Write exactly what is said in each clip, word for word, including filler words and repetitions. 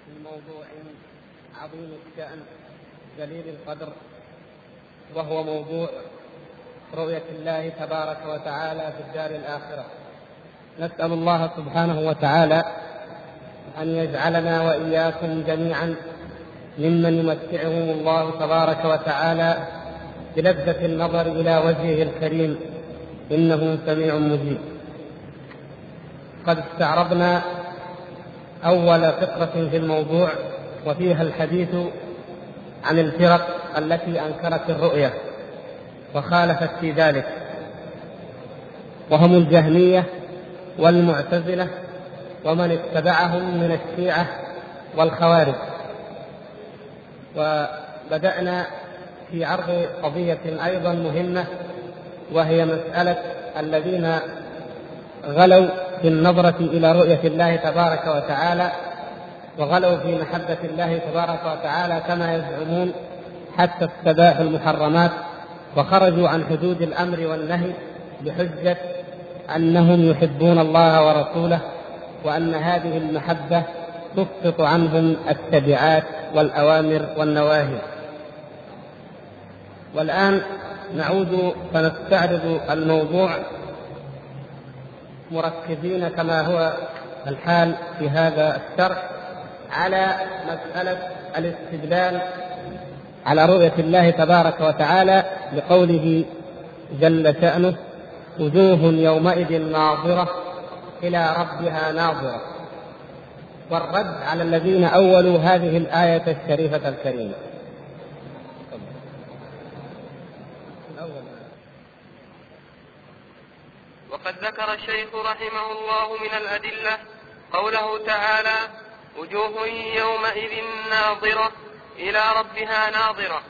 في موضوع عظيم الشأن جليل القدر، وهو موضوع رؤية الله تبارك وتعالى في الدار الآخرة. نسأل الله سبحانه وتعالى أن يجعلنا وإياكم جميعا ممن يمتعهم الله تبارك وتعالى بلذة النظر إلى وجهه الكريم، إنه سميع مجيب. قد استعرضنا أول فقرة في الموضوع، وفيها الحديث عن الفرق التي أنكرت الرؤية وخالفت في ذلك، وهم الجهمية والمعتزلة ومن اتبعهم من الشيعة والخوارج. وبدأنا في عرض قضية أيضا مهمة، وهي مسألة الذين غلوا في النظرة إلى رؤية الله تبارك وتعالى، وغلوا في محبة الله تبارك وتعالى كما يزعمون، حتى استباحوا المحرمات وخرجوا عن حدود الأمر والنهي بحجة أنهم يحبون الله ورسوله، وأن هذه المحبة تسقط عنهم التبعات والأوامر والنواهي. والآن نعود فنستعرض الموضوع مركزين كما هو الحال في هذا الشرح على مسألة الاستدلال على رؤية الله تبارك وتعالى بقوله جل شأنه: وجوه يومئذ ناظرة إلى ربها ناظرة، والرد على الذين أولوا هذه الآية الشريفة الكريمة. وقد ذكر الشيخ رحمه الله من الأدلة قوله تعالى: وجوه يومئذ ناظرة إلى ربها ناظرة،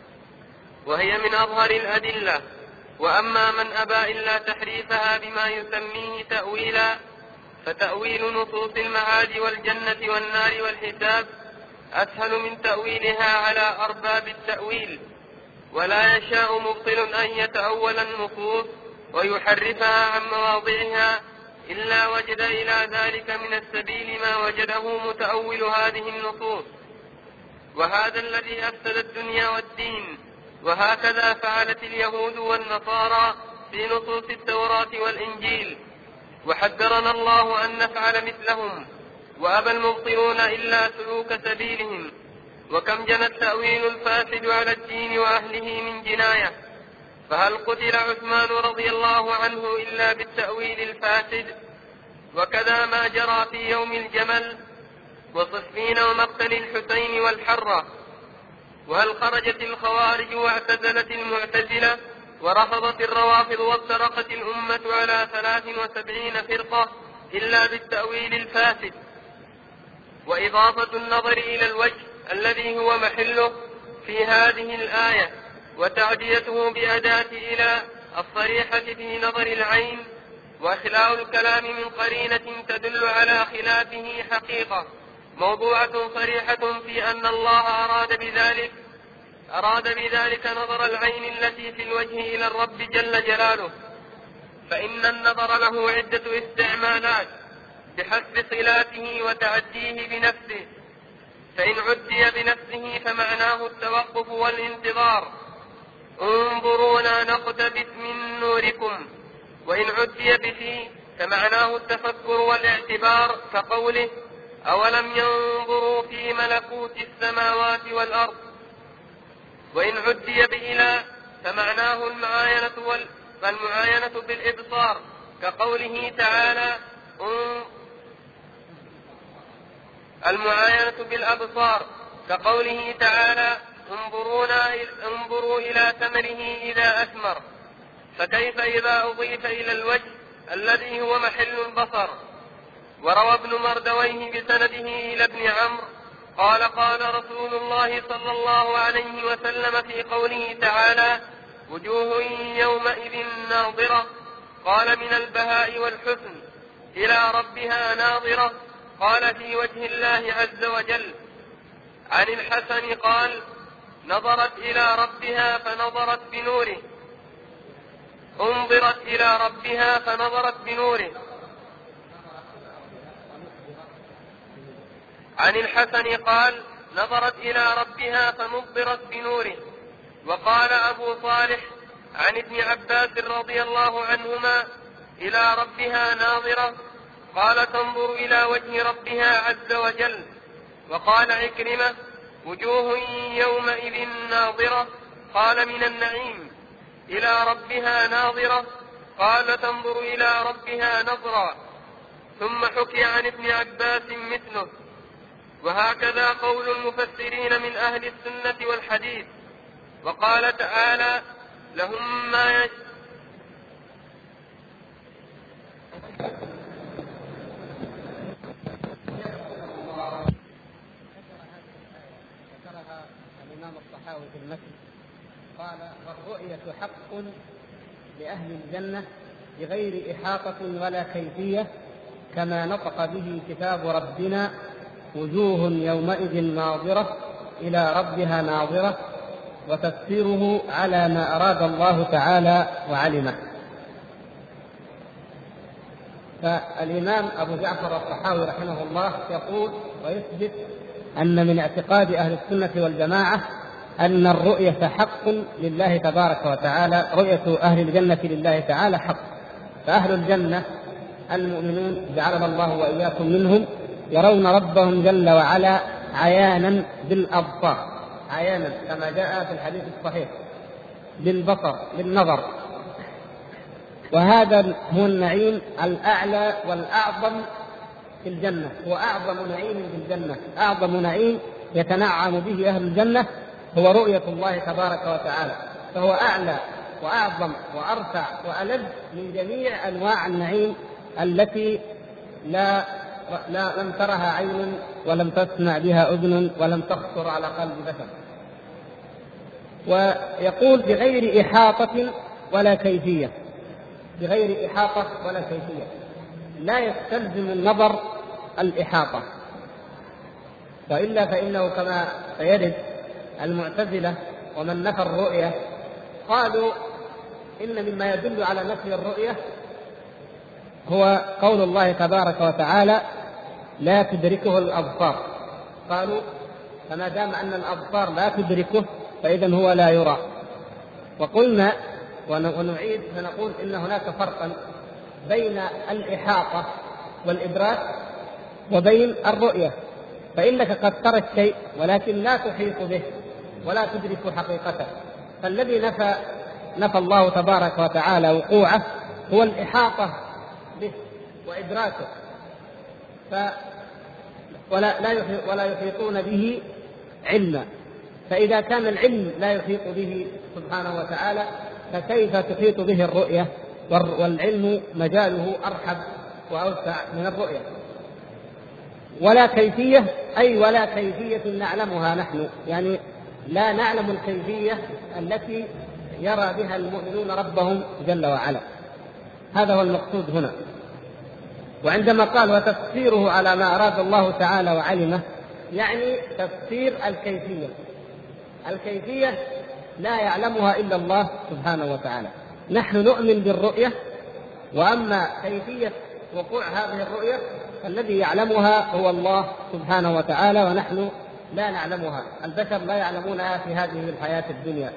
وهي من أظهر الأدلة. وأما من أبى إلا تحريفها بما يسميه تأويلا، فتأويل نصوص المعاد والجنة والنار والحساب أسهل من تأويلها على أرباب التأويل، ولا يشاء مبطل أن يتأول النصوص ويحرفها عن مواضعها إلا وجد إلى ذلك من السبيل ما وجده متأول هذه النصوص، وهذا الذي أفسد الدنيا والدين. وهكذا فعلت اليهود والنصارى في نصوص التوراة والإنجيل، وحذرنا الله أن نفعل مثلهم، وأبى المبطلون إلا سلوك سبيلهم. وكم جنى التأويل الفاسد على الدين وأهله من جناية، فهل قتل عثمان رضي الله عنه إلا بالتأويل الفاسد؟ وكذا ما جرى في يوم الجمل وصفين ومقتل الحسين والحرة. وهل خرجت الخوارج واعتزلت المعتزلة ورفضت الروافض وافترقت الأمة على ثلاث وسبعين فرقة إلا بالتأويل الفاسد؟ وإضافة النظر إلى الوجه الذي هو محله في هذه الآية وتعديته بأداة إلى الصريحة في نظر العين، وإخلاء الكلام من قرينة تدل على خلافه حقيقة موضوعة صريحة في أن الله أراد بذلك أراد بذلك نظر العين التي في الوجه إلى الرب جل جلاله، فإن النظر له عدة استعمالات بحسب صلاته وتعديه بنفسه. فإن عدي بنفسه فمعناه التوقف والانتظار: انظرونا نقتبس من نوركم. وإن عدي به فمعناه التفكر والاعتبار، كقوله: أولم ينظروا في ملكوت السماوات والأرض. وإن عدي بإلى فمعناه المعاينة والمعاينة بالإبصار، كقوله تعالى: المعاينة بالأبصار، كقوله تعالى: انظرونا انظروا إلى ثمره إذا أثمر. فكيف إذا أضيف إلى الوجه الذي هو محل البصر؟ وروى ابن مردويه بسنده إلى ابن عمرو قال: قال رسول الله صلى الله عليه وسلم في قوله تعالى: وجوه يومئذ ناظرة، قال: من البهاء والحسن. إلى ربها ناظرة، قال: في وجه الله عز وجل. عن الحسن قال: نظرت إلى ربها فنظرت بنوره، انظرت إلى ربها فنظرت بنوره. عن الحسن قال: نظرت إلى ربها فنضرت بنوره. وقال أبو صالح عن ابن عباس رضي الله عنهما: إلى ربها ناظرة، قال: تنظر إلى وجه ربها عز وجل. وقال عكرمة: وجوه يومئذ ناظرة، قال: من النعيم. إلى ربها ناظرة، قال: تنظر إلى ربها نظرا. ثم حكي عن ابن عباس مثله. وهكذا قول المفسرين من أهل السنة والحديث. وقال تعالى: لهم ما يش... ذكرها الإمام الطحاوي في المسجد، قال: والرؤية حق لأهل الجنة بغير إحاطة ولا كيفية، كما نطق به كتاب ربنا: وجوه يومئذ ناظرة إلى ربها ناظرة. وتفسيره على ما أراد الله تعالى وعلمه. فالإمام أبو جعفر الطحاوي رحمه الله يقول ويثبت أن من اعتقاد أهل السنة والجماعة أن الرؤية حق لله تبارك وتعالى، رؤية أهل الجنة لله تعالى حق. فأهل الجنة المؤمنون جعلنا الله وإياكم منهم يرون ربهم جل وعلا عيانا بالأبصار، عيانا كما جاء في الحديث الصحيح، بالبصر بالنظر. وهذا هو النعيم الأعلى والأعظم في الجنة، هو أعظم نعيم في الجنة. أعظم نعيم يتنعم به أهل الجنة هو رؤية الله تبارك وتعالى، فهو أعلى وأعظم وأرفع وألذ من جميع أنواع النعيم التي لا لا لم ترها عين ولم تسمع بها أذن ولم تخطر على قلب بشر. ويقول: بغير إحاطة ولا كيفية. بغير إحاطة ولا كيفية، لا يستلزم النظر الإحاطة، وإلا فإنه كما سيرد المعتزلة ومن نفى الرؤية قالوا إن مما يدل على نفي الرؤية هو قول الله تبارك وتعالى: لا تدركه الأبصار. قالوا فما دام أن الأبصار لا تدركه فإذن هو لا يرى. وقلنا ونعيد فنقول إن هناك فرقا بين الإحاطة والإدراك وبين الرؤية. فإنك قد ترى الشيء ولكن لا تحيط به ولا تدرك حقيقته. فالذي نفى نفى الله تبارك وتعالى وقوعه هو الإحاطة به وإدراكه، ف ولا لا ولا يحيطون به علما. فإذا كان العلم لا يحيط به سبحانه وتعالى فكيف تحيط به الرؤية؟ والعلم مجاله أرحب وأوسع من الرؤية. ولا كيفية، أي ولا كيفية نعلمها نحن، يعني لا نعلم الكيفية التي يرى بها المؤمنون ربهم جل وعلا. هذا هو المقصود هنا. وعندما قال وتفسيره على ما أراد الله تعالى وعلمه، يعني تفسير الكيفية. الكيفية لا يعلمها إلا الله سبحانه وتعالى. نحن نؤمن بالرؤية، وأما كيفية وقوع هذه الرؤية الذي يعلمها هو الله سبحانه وتعالى، ونحن لا نعلمها. البشر لا يعلمونها في هذه الحياة الدنيا.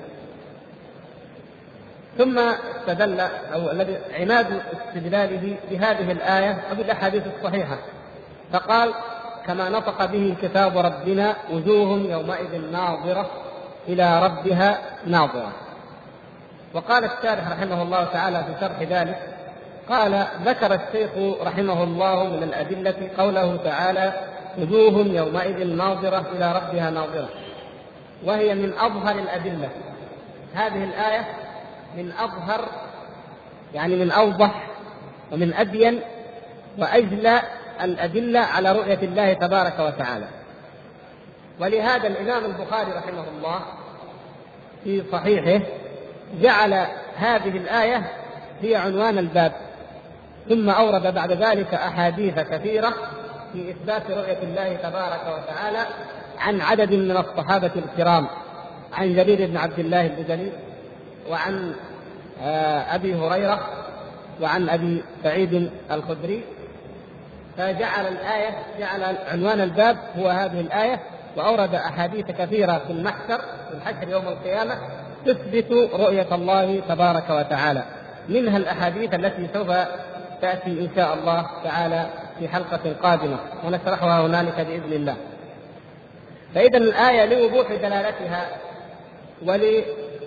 ثم استدل أو الذي عماد استدلاله بهذه الآية وبالأحاديث الصحيحة، فقال: كما نطق به كتاب ربنا: وجوه يومئذ ناظرة إلى ربها ناظرة. وقال الشارح رحمه الله تعالى في شرح ذلك، قال: ذكر الشيخ رحمه الله من الأدلة قوله تعالى: وجوه يومئذ ناظرة إلى ربها ناظرة، وهي من أظهر الأدلة. هذه الآية من أظهر، يعني من أوضح ومن أبين وأجلى الأدلة على رؤية الله تبارك وتعالى. ولهذا الإمام البخاري رحمه الله في صحيحه جعل هذه الآية هي عنوان الباب، ثم أورد بعد ذلك أحاديث كثيرة في إثبات رؤية الله تبارك وتعالى عن عدد من الصحابة الكرام، عن جرير بن عبد الله البجلي، وعن أبي هريرة، وعن أبي سعيد الخدري، فجعل الآية جعل عنوان الباب هو هذه الآية، وأورد أحاديث كثيرة في المحشر في الحشر يوم القيامة تثبت رؤية الله تبارك وتعالى، منها الأحاديث التي سوف تأتي إن شاء الله تعالى في حلقة قادمة ونشرحها هنالك بإذن الله. فإذا الآية لوضوح دلالتها ولأن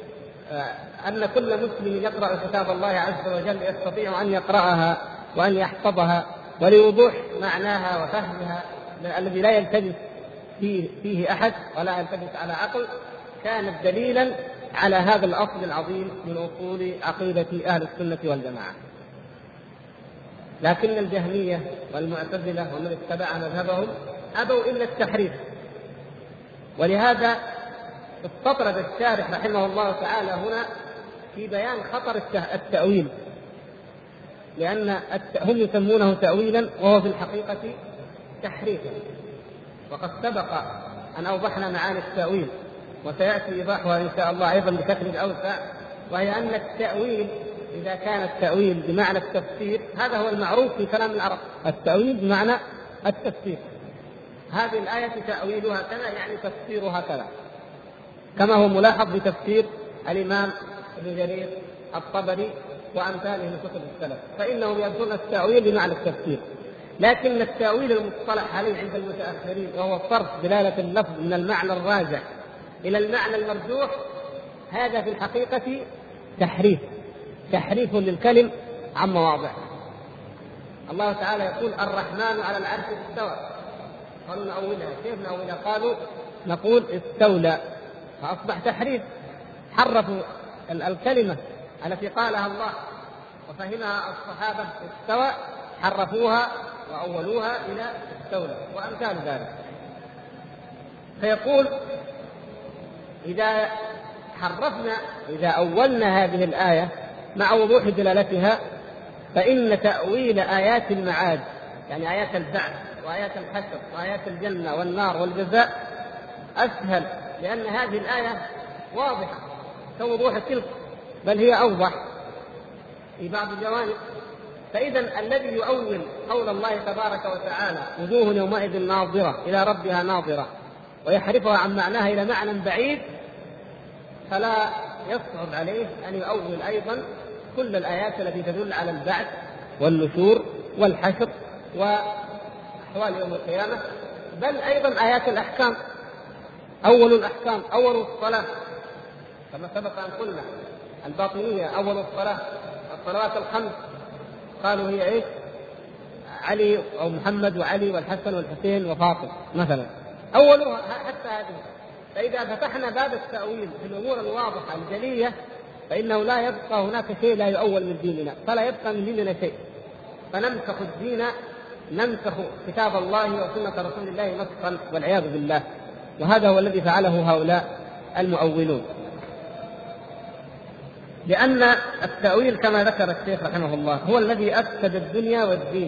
كل مسلم يقرأ كتاب الله عز وجل يستطيع أن يقرأها وأن يحفظها، ولوضوح معناها وفهمها الذي لا يلتبس فيه, فيه أحد ولا يلتبس على عقل، كانت دليلا على هذا الأصل العظيم من أصول عقيدة أهل السنة والجماعة. لكن الجهمية والمعتزلة ومن اتبع مذهبهم أبوا إلا التحريف، ولهذا استطرد الشارح رحمه الله تعالى هنا في بيان خطر التأويل، لأن هم يسمونه تأويلا وهو في الحقيقة تحريفا. وقد سبق أن أوضحنا معاني التأويل وسيأتي إيضاحها إن شاء الله أيضا بشكل أوسع، وهي أن التأويل إذا كان التأويل بمعنى التفسير هذا هو المعروف في كلام العرب، التأويل بمعنى التفسير. هذه الآية تأويلها كذا يعني تفسيرها كذا، كما هو ملاحظ بتفسير الإمام ابن جرير الطبري وأمثاله من كتب السلف، فإنهم يذكرون التأويل بمعنى التفسير. لكن التأويل المصطلح عليه عند المتأخرين وهو صرف دلالة اللفظ من المعنى الراجح إلى المعنى المرجوح، هذا في الحقيقة تحريف تحريف للكلم عن مواضعه. الله تعالى يقول الرحمن على العرش استوى، قالوا نأولها، كيف نأولها؟ قالوا نقول استولى، فأصبح تحريف، حرفوا الكلمة التي قالها الله وفهمها الصحابة استوى، حرفوها وأولوها إلى استولى وأمثال ذلك. فيقول إذا حرفنا إذا أولنا هذه الآية مع وضوح دلالتها فإن تأويل آيات المعاد، يعني آيات البعث وآيات الحشر وآيات الجنة والنار والجزاء أسهل، لأن هذه الآية واضحة كوضوح تلك، بل هي أوضح في بعض الجوانب. فإذا الذي يؤول قول الله تبارك وتعالى وجوه يومئذ ناظرة إلى ربها ناظرة ويحرفها عن معناها إلى معنى بعيد، فلا يصعب عليه أن يؤول أيضا كل الآيات التي تدل على البعث والنشور والحشر وأحوال يوم القيامة، بل أيضا آيات الأحكام. أول الأحكام أول الصلاة، كما سبق أن قلنا الباطنية أول الصلاة الصلوات الخمس قالوا هي إيه؟ علي أو محمد وعلي والحسن والحسين وفاطمة مثلا، أولها حتى هذه. فإذا فتحنا باب التأويل في الأمور الواضحة الجلية فإنه لا يبقى هناك شيء لا يؤول من ديننا، فلا يبقى من ديننا شيء، فننسخ الدين ننسخ كتاب الله وسنة رسول الله نسخا والعياذ بالله. وهذا هو الذي فعله هؤلاء المؤولون، لأن التأويل كما ذكر الشيخ رحمه الله هو الذي أفسد الدنيا والدين.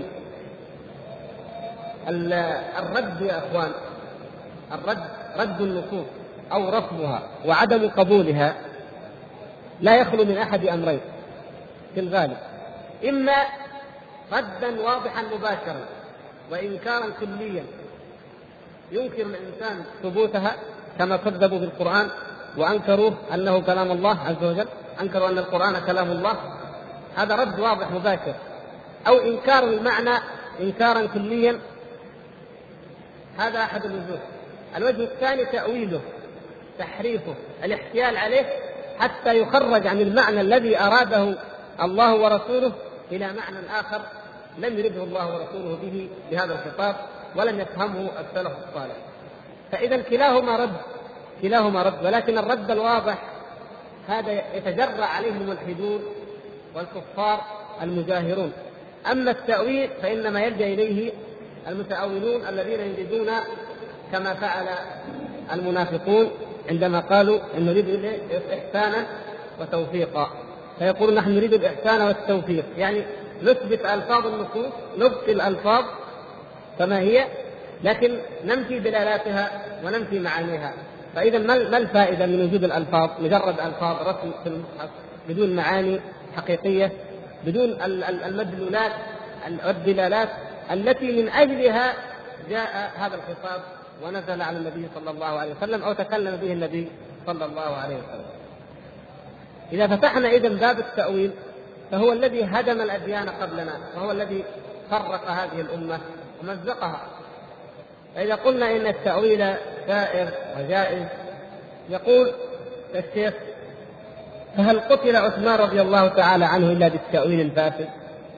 الرد يا أخوان، الرد رد النصوص أو رفضها وعدم قبولها لا يخلو من أحد أمرين في الغالب، إما ردا واضحا مباشرا وإنكارا كليا ينكر الإنسان ثبوتها كما كذبوا بالقرآن وأنكروا أنه كلام الله عز وجل، أنكروا أن القرآن كلام الله، هذا رد واضح مباشر، أو إنكار المعنى إنكارا كليا، هذا أحد الوجوه. الوجه الثاني تأويله تحريفه الاحتيال عليه حتى يخرج عن المعنى الذي أراده الله ورسوله إلى معنى آخر لم يرده الله ورسوله به بهذا الخطاب ولم يفهمه السلف الصالح. فإذا كلاهما رد كلاهما رد ولكن الرد الواضح هذا يتجرأ عليه الملحدون والكفار المجاهرون. أما التأويل فإنما يلجأ إليه المتأولون الذين يريدون كما فعل المنافقون عندما قالوا إن نريد إحسانا وتوفيقا، فيقول نحن نريد الإحسان والتوفيق، يعني نثبت ألفاظ النصوص نبقي الألفاظ كما هي لكن ننفي دلالاتها وننفي معانيها. فإذا ما الفائدة من وجود الألفاظ؟ مجرد ألفاظ رسم في المصحف بدون معاني حقيقية، بدون المدلولات والدلالات التي من أجلها جاء هذا الخطاب ونزل على النبي صلى الله عليه وسلم أو تكلم به النبي صلى الله عليه وسلم. إذا فتحنا إذن باب التأويل فهو الذي هدم الأديان قبلنا، وهو الذي فرق هذه الأمة ومزقها. فإذا قلنا إن التأويل سائر وجائز، يقول الشيخ: فهل قتل عثمان رضي الله تعالى عنه إلا بالتأويل الفاسد؟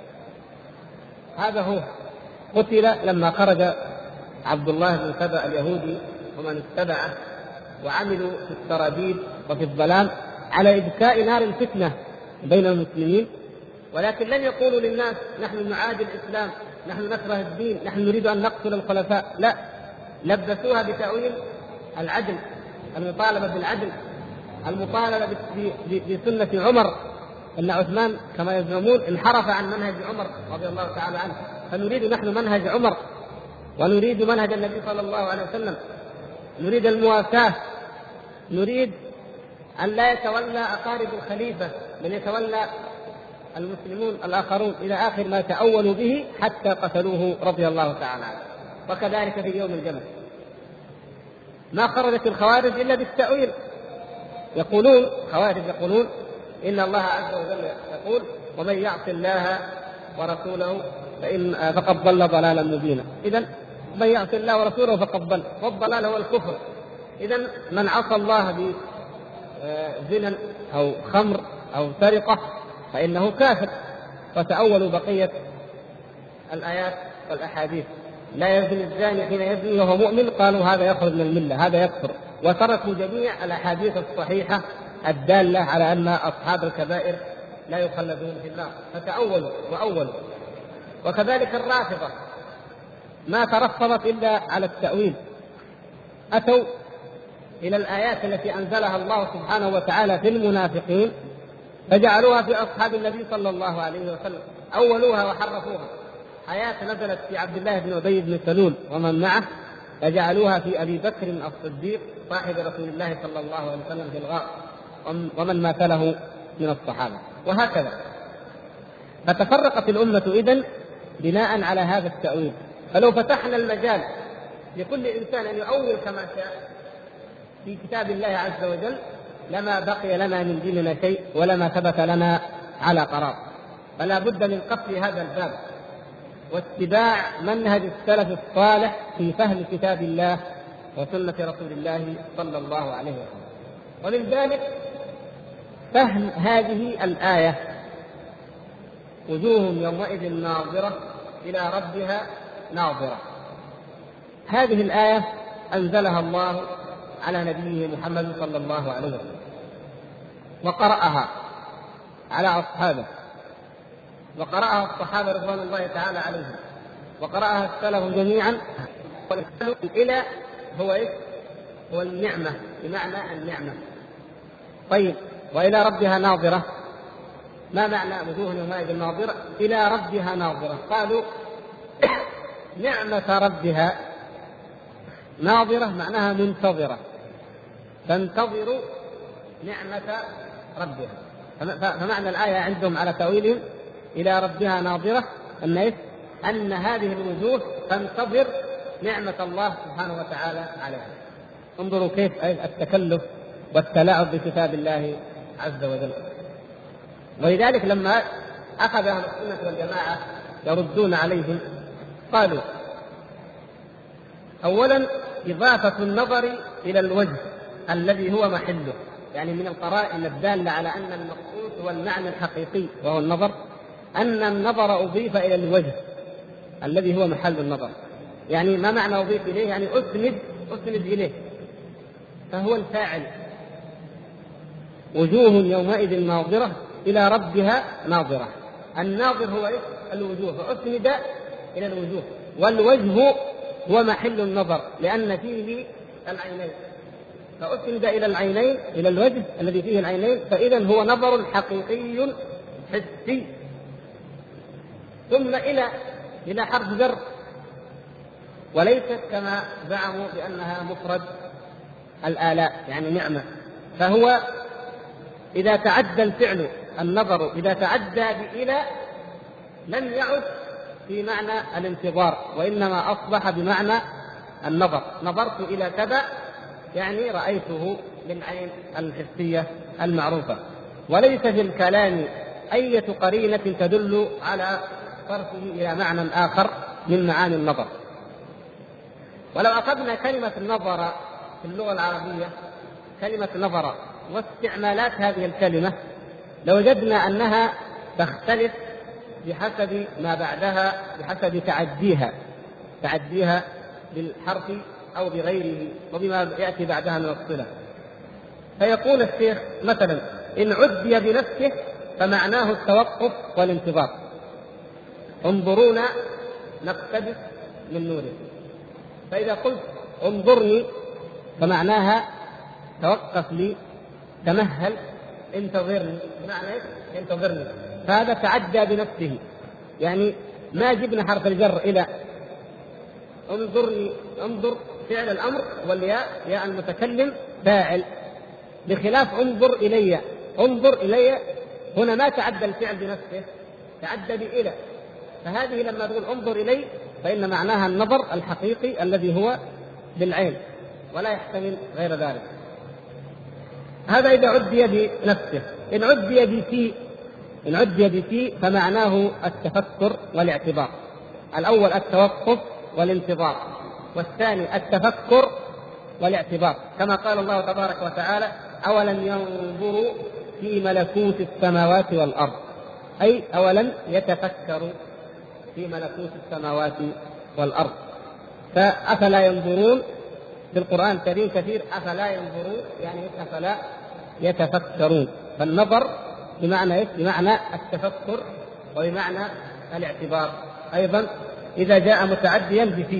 هذا هو، قتل لما خرج عبد الله بن سبأ اليهودي ومن اتبعه وعملوا في السرابيل وفي الظلام على إبكاء نار الفتنة بين المسلمين، ولكن لم يقولوا للناس نحن نعادي الإسلام، نحن نكره الدين، نحن نريد أن نقتل الخلفاء، لا، لبسوها بتأويل العدل، المطالبة بالعدل، المطالبة بسنة عمر، أن عثمان كما يزعمون انحرف عن منهج عمر رضي الله تعالى عنه، فنريد نحن منهج عمر ونريد منهج النبي صلى الله عليه وسلم، نريد المواساة، نريد أن لا يتولى أقارب الخليفة بل يتولى المسلمون الآخرون، إلى آخر ما تأولوا به حتى قتلوه رضي الله تعالى عنه. وكذلك في يوم الجمل ما خرجت الخوارج إلا بالتأويل. يقولون خوارج يقولون إن الله عز وجل يقول: ومن يعص الله ورسوله فإن فقد ضل ضلالا مبينا. إذن من يعص الله ورسوله فقد ضل، والضلال هو الكفر. إذن من عصى الله بزنا أو خمر أو سرقة فإنه كافر. فتأولوا بقية الآيات والأحاديث: لا يزني الزاني حين يزني وهو مؤمن، قالوا هذا يخرج من الملة، هذا يكفر. وتركوا جميع الأحاديث الصحيحة الدالة على أن أصحاب الكبائر لا يخلدون في النار، فتأولوا وأولوا. وكذلك الرافضة ما ترفضت إلا على التأويل، أتوا إلى الآيات التي أنزلها الله سبحانه وتعالى في المنافقين فجعلوها في أصحاب النبي صلى الله عليه وسلم، أولوها وحرفوها. آيات نزلت في عبد الله بن أبي بن سلول ومن معه فجعلوها في أبي بكر الصديق صاحب رسول الله صلى الله عليه وسلم في الغار ومن ماثله من الصحابة، وهكذا. فتفرقت الأمة إذن بناء على هذا التأويل. فلو فتحنا المجال لكل إنسان أن يؤول كما شاء في كتاب الله عز وجل لما بقي لنا من ديننا شيء ولما ثبت لنا على قرار. فلا بد من قفل هذا الباب واتباع منهج السلف الصالح في فهم كتاب الله وسنة رسول الله صلى الله عليه وسلم. ومن ذلك فهم هذه الآية: وجوه يومئذ ناظرة إلى ربها ناظرة. هذه الآية أنزلها الله على نبيه محمد صلى الله عليه وسلم وقرأها على أصحابه، وقرأها الصحابة رضوان الله تعالى عليهم، وقرأها السلف جميعا. إلى هو إيه؟ هو النعمة، بمعنى النعمة. طيب، وإلى ربها ناظرة، ما معنى وجوه يومئذ ناظرة إلى ربها ناظرة؟ قالوا نعمة ربها ناظرة معناها منتظرة، تنتظر نعمة ربها. فمعنى الآية عندهم على تأويلهم إلى ربها ناظرة أن إيه؟ أن هذه الوجوه تنتظر نعمة الله سبحانه وتعالى عليها. انظروا كيف التكلف والتلاعب بكتاب الله عز وجل. ولذلك لما أخذ أهل السنة والجماعة يردون عليهم قالوا: أولا إضافة النظر إلى الوجه الذي هو محله، يعني من القرائن الدالة على أن المقصود هو المعنى الحقيقي وهو النظر، أن النظر أضيف إلى الوجه الذي هو محل النظر. يعني ما معنى أضيف إليه؟ يعني أسند أسند إليه، فهو الفاعل. وجوه يومئذ ناظرة إلى ربها ناظرة. الناظر هو إيه؟ الوجوه، فأسند إلى الوجوه، والوجه هو محل النظر لأن فيه العينين، فأسند إلى العينين، إلى الوجه الذي فيه العينين، فإذا هو نظر حقيقي حسي. ثم إلى إلى حرف جر، وليست كما زعموا بأنها مفرد الآلاء يعني نعمة. فهو إذا تعدى الفعل النظر إذا تعدى بإلى لم يعد في معنى الانتظار، وإنما أصبح بمعنى النظر. نظرت إلى كذا يعني رأيته بالعين الحسية المعروفة، وليس في الكلام أي قرينة تدل على صرفه إلى معنى آخر من معاني النظر. ولو أخذنا كلمة النظر في اللغة العربية، كلمة نظر واستعمالات هذه الكلمة، لوجدنا أنها تختلف بحسب ما بعدها، بحسب تعديها تعديها بالحرف أو بغيره وبما يأتي بعدها من الصلة. فيقول الشيخ مثلا: إن عدي بنفسه فمعناه التوقف والانتظار. انظرونا نقتبس من نوره. فإذا قلت انظرني فمعناها توقف لي، تمهل، انتظرني. معنى انتظرني، فهذا تعدى بنفسه، يعني ما جبنا حرف الجر إلى انظرني. انظر فعل الأمر، والياء ياء المتكلم فاعل، بخلاف انظر إلي. انظر إلي هنا ما تعدى الفعل بنفسه، تعدى بإلى. فهذه لما تقول انظر إلي فإن معناها النظر الحقيقي الذي هو بالعين ولا يحتمل غير ذلك. هذا إذا عدي بنفسه. إن عدي بفي إن عدي بفي فمعناه التفكر والاعتبار. الأول التوقف والانتظار، والثاني التفكر والاعتبار، كما قال الله تبارك وتعالى: أولم ينظروا في ملكوت السماوات والأرض، أي أولم يتفكروا في ملكوت السماوات والأرض. فأفلا ينظرون في القرآن الكريم كثير، أفلا ينظرون يعني أفلا يتفكرون. فالنظر بمعنى بمعنى التفكر وبمعنى الاعتبار أيضا إذا جاء متعديا بفي.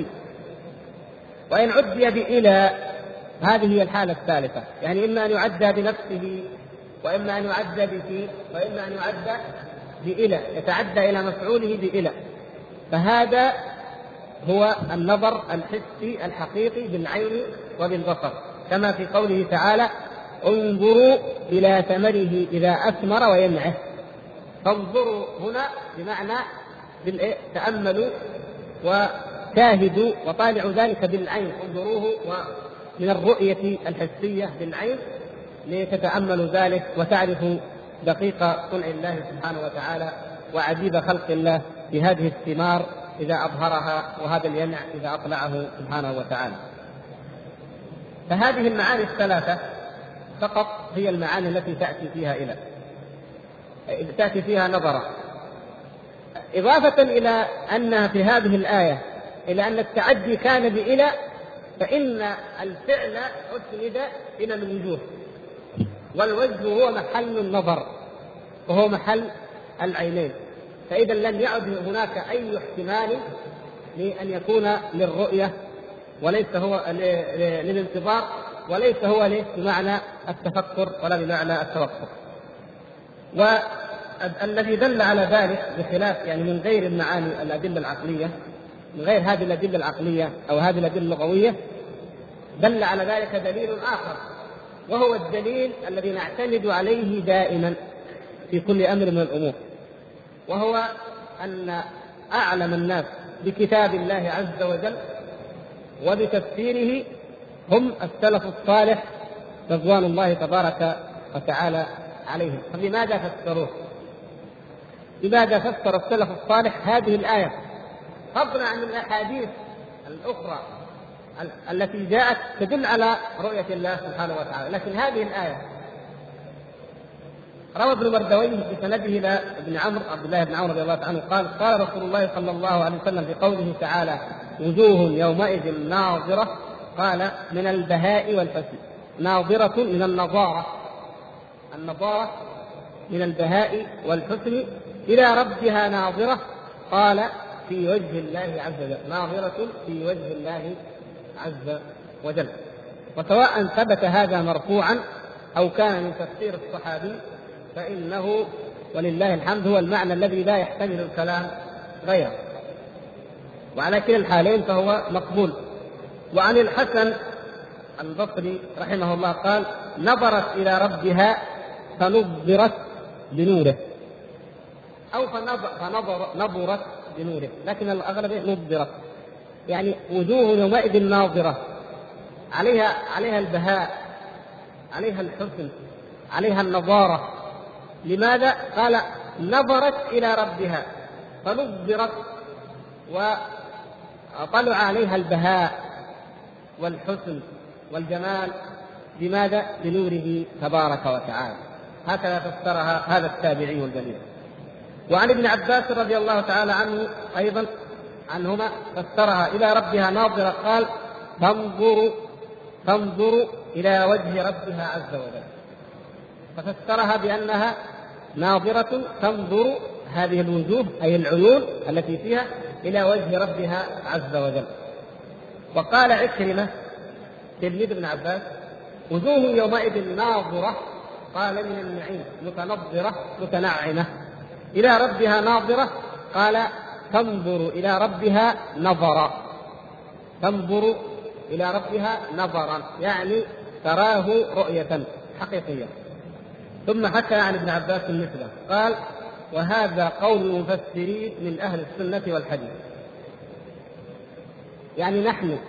وإن عدي بإلى هذه هي الحالة الثالثة، يعني إما أن يعدى بنفسه، وإما أن يعدى بفي، وإما أن يعدى بإلى، يتعدى إلى مفعوله بإلى. فهذا هو النظر الحسي الحقيقي بالعين وبالبصر، كما في قوله تعالى: انظروا إلى ثمره إذا أثمر وينعه. فانظروا هنا بمعنى تأملوا وشاهدوا وطالعوا ذلك بالعين، انظروه ومن الرؤية الحسية بالعين لتتأملوا ذلك وتعرفوا دقيق صنع الله سبحانه وتعالى وعجيب خلق الله في هذه الثمار إذا أظهرها وهذا الينع إذا أطلعه سبحانه وتعالى. فهذه المعاني الثلاثة فقط هي المعاني التي تأتي فيها إلى تأتي فيها نظرة، إضافة إلى أن في هذه الآية إلى أن التعدي كان بإلى، فإن الفعل أسند إلى الوجوه، والوجه هو محل النظر وهو محل العينين. فإذا لم يعد هناك أي احتمال لأن يكون للرؤية وليس هو للانتظار، وليس هو بمعنى التفكر ولا بمعنى التوقف. والذي دل على ذلك بخلاف يعني من غير المعاني الأدلة العقلية، من غير هذه الأدلة العقلية أو هذه الأدلة اللغوية، دل على ذلك دليل آخر، وهو الدليل الذي نعتمد عليه دائما في كل أمر من الأمور، وهو أن أعلم الناس بكتاب الله عز وجل وبتفسيره هم السلف الصالح رضوان الله تبارك وتعالى عليهم. فلماذا فسروه؟ لماذا فسر السلف الصالح هذه الآية فضلا عن الأحاديث الأخرى التي جاءت تدل على رؤية الله سبحانه وتعالى؟ لكن هذه الآية روى ابن مردويه بسنده إلى ابن عمرو عبد الله بن عمرو رضي الله عنه قال: قال رسول الله صلى الله عليه وسلم في قوله تعالى: وجوه يومئذ ناظرة، قال: من البهاء والحسن. ناظرة من النظارة، النظارة من البهاء والحسن، إلى ربها ناظرة، قال: في وجه الله عز وجل. ناظرة في وجه الله عز وجل. وسواء ثبت هذا مرفوعا أو كان من تفسير الصحابي فإنه ولله الحمد هو المعنى الذي لا يحتمل الكلام غيره، وعلى كلا الحالين فهو مقبول. وعن الحسن البصري رحمه الله قال: نظرت إلى ربها فنظرت بنوره، أو فنظر نظرت بنوره، لكن الأغلب نضرت، يعني وجوه يومئذ ناظرة، عليها عليها البهاء، عليها الحسن، عليها النضارة. لماذا؟ قال نظرت إلى ربها فنضرت وطلع عليها البهاء والحسن والجمال. لماذا؟ بنوره تبارك وتعالى. هكذا فسرها هذا التابعي الجليل. وعن ابن عباس رضي الله تعالى عنه أيضا عنهما فسرها إلى ربها ناظرة، قال تنظر تنظر إلى وجه ربها عز وجل، ففسرها بأنها ناظرة تنظر هذه الوجوه أي العيون التي فيها إلى وجه ربها عز وجل. وقال عكرمة تلميذ ابن عباس وجوه يومئذ ناظرة، قال من النعيم متنظرة متنعمة. إلى ربها ناظرة قال تنظر إلى ربها نظرا، تنظر إلى ربها نظرا يعني تراه رؤية حقيقية. ثم حكى عن ابن عباس مثله، قال وهذا قول المفسرين من أهل السنة والحديث. يعني نحن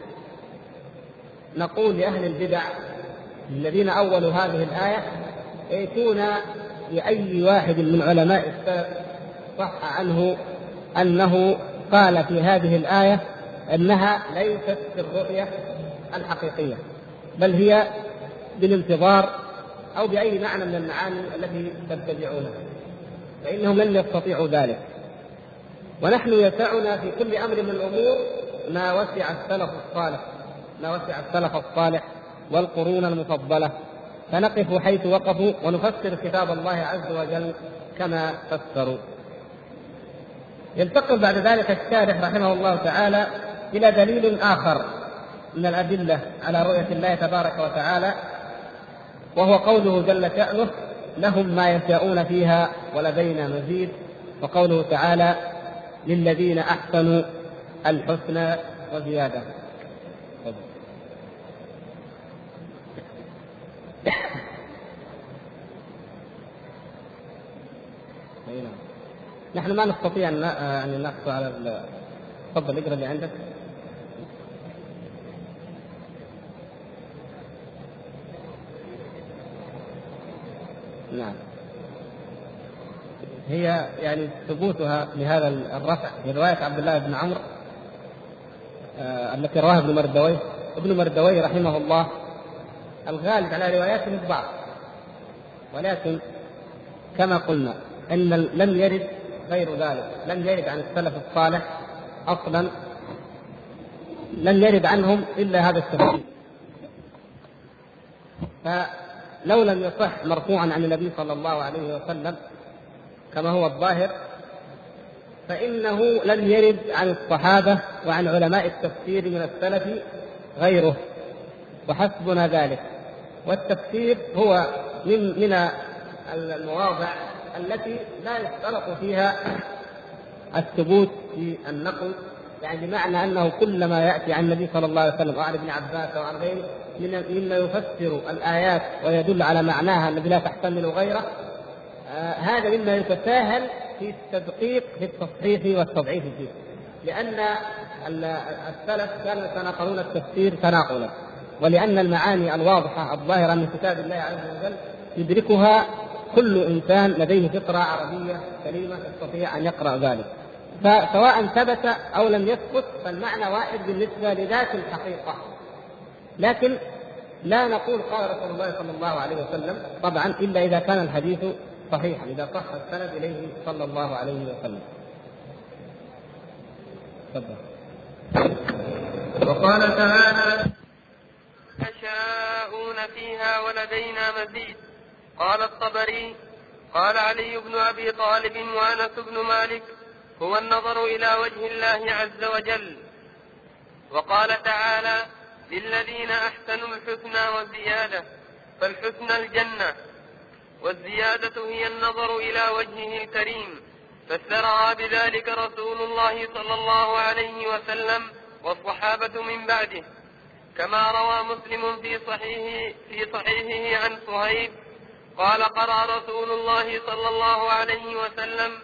نقول لأهل البدع الذين أولوا هذه الآية يأتون لأي واحد من علماء السلف صح عنه أنه قال في هذه الآية أنها ليست في الرؤية الحقيقية، بل هي بالانتظار أو بأي معنى من المعاني التي تتبعونها، فإنهم لن يستطيعوا ذلك. ونحن يسعنا في كل أمر من الأمور ما وسع السلف الصالح، ما وسع السلف الصالح والقرون المفضلة، فنقف حيث وقفوا ونفسر كتاب الله عز وجل كما فسروا. ينتقل بعد ذلك الشارح رحمه الله تعالى إلى دليل آخر من الأدلة على رؤية الله تبارك وتعالى، وهو قوله جل شأنه لهم ما يشاءون فيها ولدينا مزيد، وقوله تعالى للذين أحسنوا الحسنى وزيادة. نحن ما نستطيع أن نحصل على ال... تفضل اقرأ اللي عندك. نعم، هي يعني ثبوتها لهذا الرفع في رواية عبد الله بن عمرو آه التي رواها ابن مردويه. ابن مردويه رحمه الله الغالب على رواياته البعض، ولكن كما قلنا أن لم يرد غير ذلك، لم يرد عن السلف الصالح أصلا، لم يرد عنهم إلا هذا التفسير. فلو لم يصح مرفوعا عن النبي صلى الله عليه وسلم كما هو الظاهر، فإنه لم يرد عن الصحابة وعن علماء التفسير من السلف غيره، وحسبنا ذلك. والتفسير هو من من المواضع التي لا يشترط فيها الثبوت في النقل، يعني بمعنى أنه كلما يأتي عن النبي صلى الله عليه وسلم وعن ابن عباس وعن غيره مما يفسر الآيات ويدل على معناها الذي لا تحتمل غيره، آه هذا مما يتساهل في التدقيق في التصحيح والتضعيف فيه، لأن السلف كانوا يتناقلون التفسير تناقلا، ولأن المعاني الواضحة الظاهرة من كتاب الله عز وجل يدركها كل إنسان لديه فطرة عربية سليمة يستطيع أن يقرأ ذلك. فسواء ثبت أو لم يثبت فالمعنى واحد بالنسبة لذات الحقيقة. لكن لا نقول قال رسول الله صلى الله عليه وسلم طبعا إلا إذا كان الحديث صحيحا، إذا صح السند إليه صلى الله عليه وسلم. تفضل. وقال تعالى يشاءون فيها ولدينا مزيد. قال الطبري قال علي بن أبي طالب وأنس بن مالك هو النظر إلى وجه الله عز وجل. وقال تعالى للذين أحسنوا الحسنى والزيادة، فالحسنى الجنة، والزيادة هي النظر إلى وجهه الكريم، فسرها بذلك رسول الله صلى الله عليه وسلم والصحابة من بعده، كما روى مسلم في صحيحه, في صحيحه عن صهيب قال قرأ رسول الله صلى الله عليه وسلم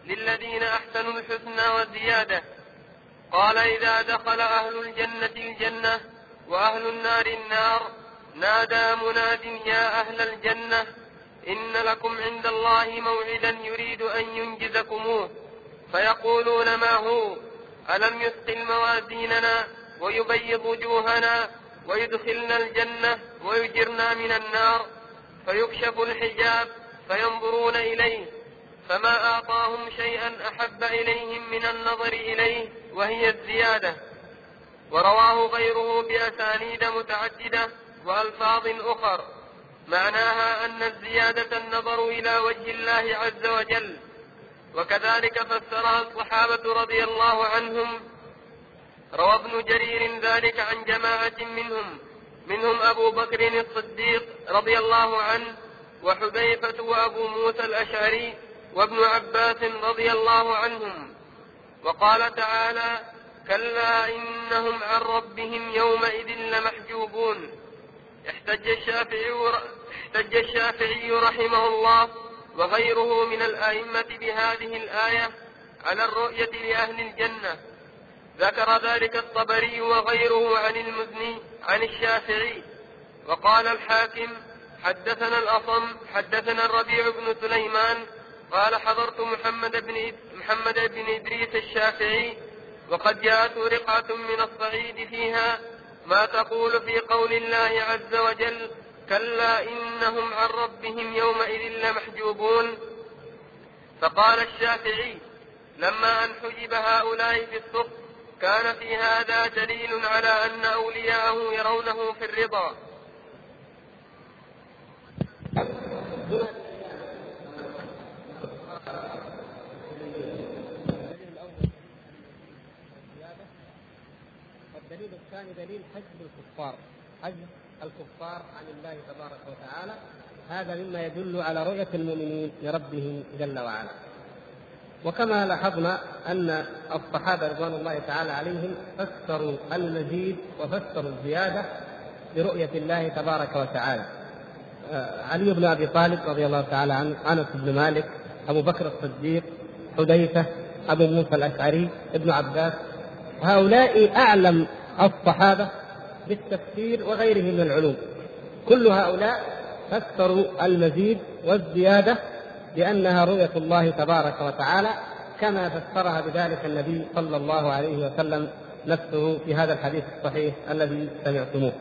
للذين أحسنوا الحسنى وزيادة. قال إذا دخل أهل الجنة الجنة وأهل النار النار نادى مناد يا أهل الجنة إن لكم عند الله موعدا يريد أن ينجزكموه، فيقولون ما هو؟ ألم يثقل موازيننا ويبيض وجوهنا ويدخلنا الجنة ويجرنا من النار؟ فيكشف الحجاب فينظرون إليه فما أعطاهم شيئا أحب إليهم من النظر إليه وهي الزيادة. ورواه غيره بأسانيد متعددة وألفاظ أخر معناها أن الزيادة النظر إلى وجه الله عز وجل. وكذلك فسرها الصحابة رضي الله عنهم. روى ابن جرير ذلك عن جماعة منهم منهم أبو بكر الصديق رضي الله عنه وحذيفة وأبو موسى الأشعري وابن عباس رضي الله عنهم. وقال تعالى كلا إنهم عن ربهم يومئذ لمحجوبون. احتج الشافعي, احتج الشافعي رحمه الله وغيره من الأئمة بهذه الآية على الرؤية لأهل الجنة. ذكر ذلك الطبري وغيره عن المزني عن الشافعي. وقال الحاكم حدثنا الأصم حدثنا الربيع بن سليمان قال حضرت محمد بن, محمد بن إدريس الشافعي وقد جاءت رقعة من الصعيد فيها ما تقول في قول الله عز وجل كلا إنهم عن ربهم يومئذ لمحجوبون. فقال الشافعي لما أن حجب هؤلاء في الصف كان في هذا دليل على أن أولياءه يرونه في الرضا. والدليل الثاني دليل حجب الكفار، حجب الكفار عن الله تبارك وتعالى، هذا مما يدل على رؤية المؤمنين لربهم جل وعلا. وكما لاحظنا أن الصحابة رضوان الله تعالى عليهم فسروا المزيد وفسروا الزيادة برؤية الله تبارك وتعالى. علي بن أبي طالب رضي الله تعالى عنه، أنس بن مالك، أبو بكر الصديق، حذيفة، أبو موسى الأشعري، ابن عباس، هؤلاء أعلم الصحابة بالتفسير وغيره من العلوم. كل هؤلاء فسروا المزيد والزيادة لأنها رؤية الله تبارك وتعالى كما فسرها بذلك النبي صلى الله عليه وسلم نفسه في هذا الحديث الصحيح الذي سمعتموه.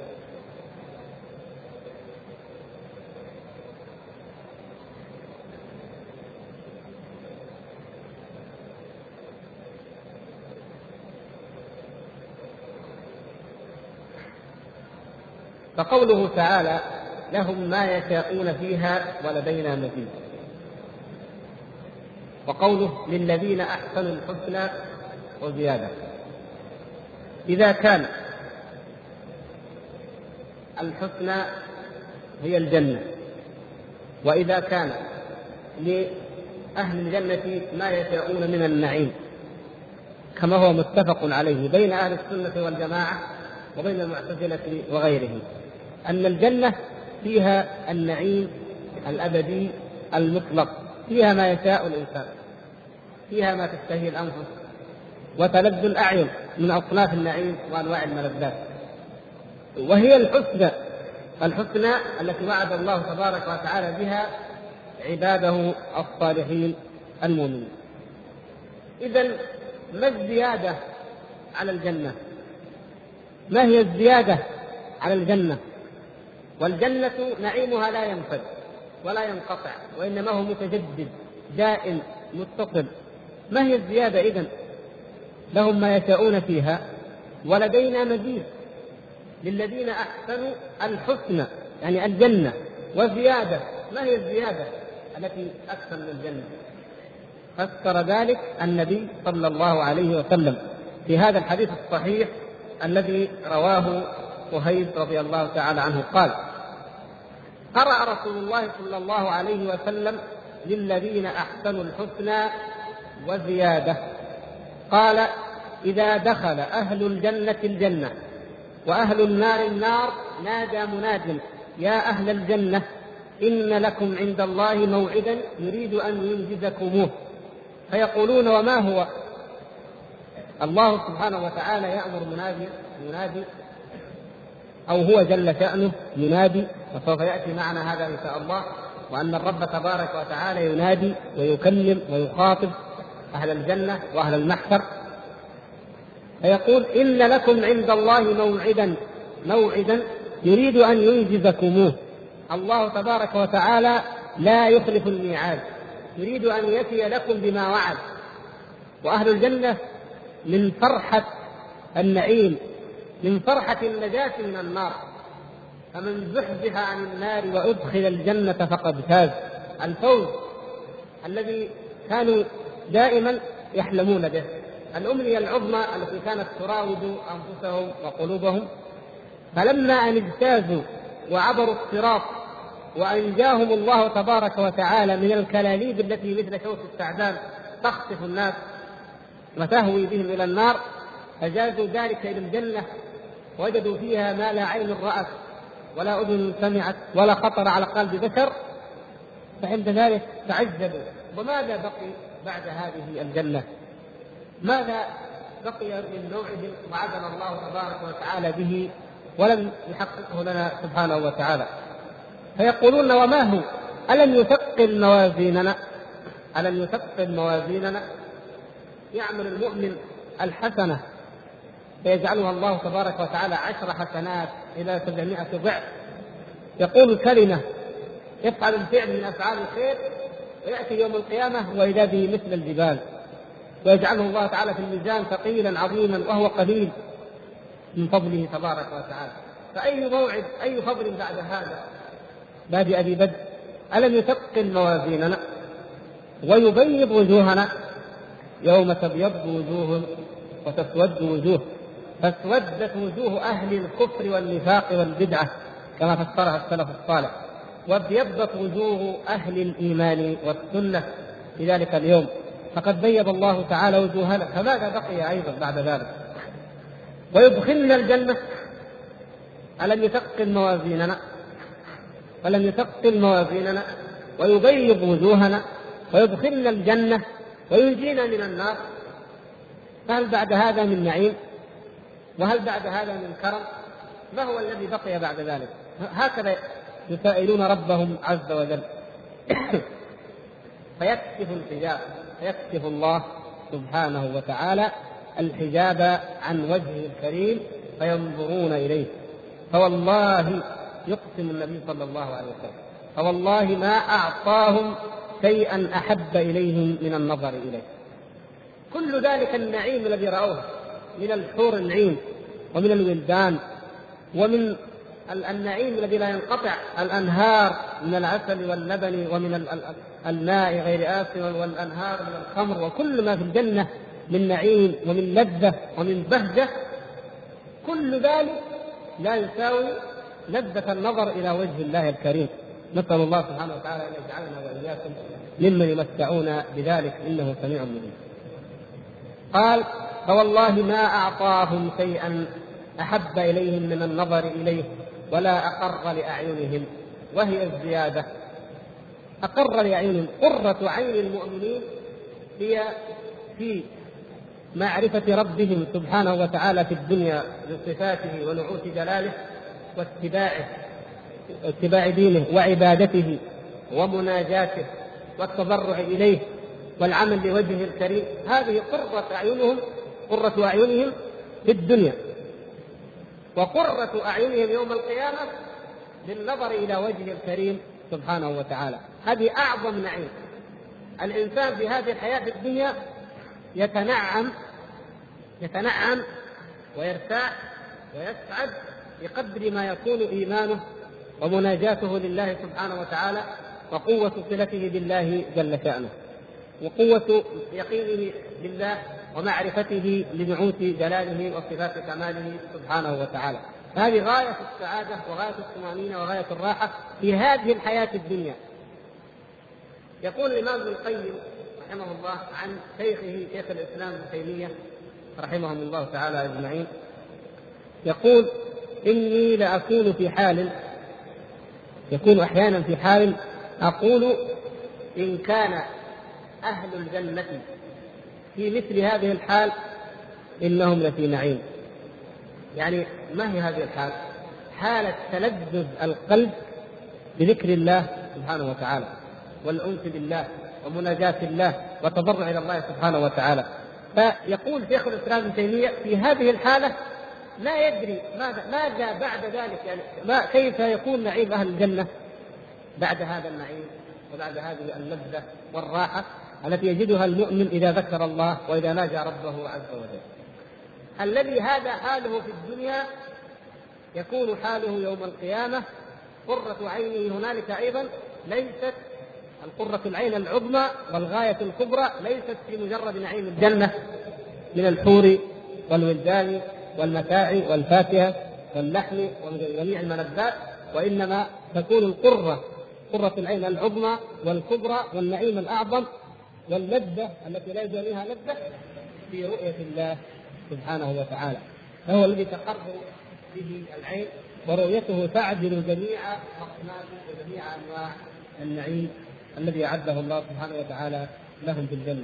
فقوله تعالى لهم ما يشاءون فيها ولدينا مزيد، وقوله للذين أحسنوا الحسنى وزيادة، إذا كان الحسنى هي الجنة، وإذا كان لأهل الجنة ما يشاءون من النعيم كما هو متفق عليه بين أهل السنة والجماعة وبين المعتزلة وغيرهم، أن الجنة فيها النعيم الأبدي المطلق، فيها ما يشاء الإنسان، فيها ما تشتهي الأنفس وتلذ الأعين من أصناف النعيم وأنواع الملذات، وهي الحسنى الحسنى التي وعد الله تبارك وتعالى بها عباده الصالحين المؤمنين. إذن ما الزيادة على الجنة؟ ما هي الزيادة على الجنة؟ والجنة نعيمها لا ينفد ولا ينقطع، وإنما هو متجدد دائم متصل. ما هي الزيادة إذن؟ لهم ما يشاءون فيها ولدينا مزيد، للذين أحسنوا الحسنى يعني الجنة وزيادة. ما هي الزيادة التي أكثر من الجنة؟ فسر ذلك النبي صلى الله عليه وسلم في هذا الحديث الصحيح الذي رواه وهيب رضي الله تعالى عنه قال قرأ رسول الله صلى الله عليه وسلم للذين أحسنوا الحسنى وزيادة، قال إذا دخل أهل الجنة الجنة وأهل النار النار نادى مناد يا أهل الجنة إن لكم عند الله موعدا يريد أن ينجزكموه، فيقولون وما هو؟ الله سبحانه وتعالى يأمر منادي ينادي أو هو جل شأنه ينادي، وسوف يأتي معنا هذا إن شاء الله، وأن الرب تبارك وتعالى ينادي ويكلم ويخاطب أهل الجنة وأهل المحشر، فيقول إن لكم عند الله موعدا موعدا يريد أن ينجزكموه. الله تبارك وتعالى لا يخلف الميعاد، يريد أن يأتي لكم بما وعد. وأهل الجنة من فرحة النعيم، من فرحة النجاة من النار، فمن زحزح عن النار وأدخل الجنة فقد فاز. الفوز الذي كانوا دائما يحلمون به، الأمنية العظمى التي كانت تراود أنفسهم وقلوبهم. فلما أن اجتازوا وعبروا الصراط وأنجاهم الله تبارك وتعالى من الكلاليب التي مثل شوك الثعبان تخطف الناس وتهوي بهم إلى النار، فجازوا ذلك إلى الجنة، وجدوا فيها ما لا عين رأت ولا أذن سمعت ولا خطر على قلب بشر، فعند ذلك تعجبوا. وماذا بقي بعد هذه الجنة؟ ماذا بقي من موعد وعدنا الله تبارك وتعالى به ولم يحققه لنا سبحانه وتعالى؟ فيقولون وما هو؟ ألم يثقل موازيننا؟ ألم يثقل موازيننا؟ يعمل المؤمن الحسنة فيجعلها الله تبارك وتعالى عشر حسنات إلى سبعمائة ضعف. يقول كلمة يفعل الفعل من أفعال الخير ويأتي يوم القيامة وإذا به مثل الجبال، ويجعله الله تعالى في الميزان ثقيلا عظيما وهو قليل من فضله تبارك وتعالى. فأي موعد أي فضل بعد هذا؟ باب أبي بدر ألم يثقل موازيننا ويبيض وجوهنا؟ يوم تبيض وجوه وتسود وجوه، فاسودت وجوه أهل الكفر والنفاق والبدعة كما فسرها السلف الصالح، وابيضت وجوه أهل الإيمان والسنة في ذلك اليوم، فقد بيض الله تعالى وجوهنا. فماذا بقي أيضا بعد ذلك؟ ويدخلنا الجنة ألم يثقل موازيننا ولم يثقل موازيننا ويبيض وجوهنا ويدخلنا الجنة وينجينا من النار. فهل بعد هذا من نعيم؟ وهل بعد هذا من كرم؟ ما هو الذي بقي بعد ذلك؟ هكذا يسائلون ربهم عز وجل. فيكشف الحجاب، فيكشف الله سبحانه وتعالى الحجاب عن وجهه الكريم فينظرون إليه. فوالله يقسم النبي صلى الله عليه وسلم فوالله ما أعطاهم شيئا أحب إليهم من النظر إليه. كل ذلك النعيم الذي رأوه من الحور العين ومن الولدان ومن النعيم الذي لا ينقطع، الأنهار من العسل واللبن ومن الماء غير آسن والأنهار من الخمر، وكل ما في الجنة من نعيم ومن لذة ومن بهجة، كل ذلك لا يساوي لذة النظر إلى وجه الله الكريم. نسأل الله سبحانه وتعالى أن يجعلنا وإياكم ممن يمتعون بذلك إنه سميع مجيب. قال فوالله ما أعطاهم شيئا أحب إليهم من النظر إليه ولا أقر لأعينهم، وهي الزيادة. أقر لأعينهم، قرة عين المؤمنين هي في معرفة ربهم سبحانه وتعالى في الدنيا بصفاته ونعوت جلاله واتباعه اتباع دينه وعبادته ومناجاته والتضرع إليه والعمل لوجهه الكريم. هذه قرة أعينهم قرة أعينهم في الدنيا، وقرة أعينهم يوم القيامة بالنظر إلى وجهه الكريم سبحانه وتعالى. هذه أعظم نعيم. الإنسان في هذه الحياة الدنيا يتنعم يتنعم ويرتاح ويسعد بقدر ما يكون إيمانه ومناجاته لله سبحانه وتعالى وقوة صلته بالله جل شأنه وقوة يقينه بالله ومعرفته لنعوت جلاله وصفات كماله سبحانه وتعالى. هذه غاية السعادة وغاية الطمأنينة وغاية الراحة في هذه الحياة الدنيا. يقول الإمام ابن القيم رحمه الله عن شيخه شيخ الإسلام ابن تيمية رحمهم الله تعالى أجمعين، يقول إني لأكون في حال يكون أحيانا في حال أقول إن كان أهل الجنة في مثل هذه الحال إنهم لفي نعيم. يعني ما هي هذه الحال؟ حالة تلذذ القلب بذكر الله سبحانه وتعالى والأنس بالله ومناجاة الله وتضرع إلى الله سبحانه وتعالى. فيقول شيخ الإسلام ابن تيمية في هذه الحالة لا يدري ماذا ماذا بعد ذلك، يعني ما كيف يكون نعيم أهل الجنة بعد هذا النعيم وبعد هذه اللذة والراحة التي يجدها المؤمن إذا ذكر الله وإذا ناجى ربه عز وجل. الذي هذا حاله في الدنيا يكون حاله يوم القيامة قرة عينه هنالك أيضا ليست القرة العين العظمى والغاية الكبرى ليست في مجرد نعيم الجنة من الحور والولدان والمتاع والفاكهة واللحم وجميع الملذات، وإنما تكون القرة قرة العين العظمى والكبرى والنعيم الأعظم واللذة التي لا يجريها لذة في رؤية الله سبحانه وتعالى، فهو الذي تقر به العين ورؤيته تعدل جميع أصناف وجميع أنواع النعيم الذي أعده الله سبحانه وتعالى لهم في الجنة.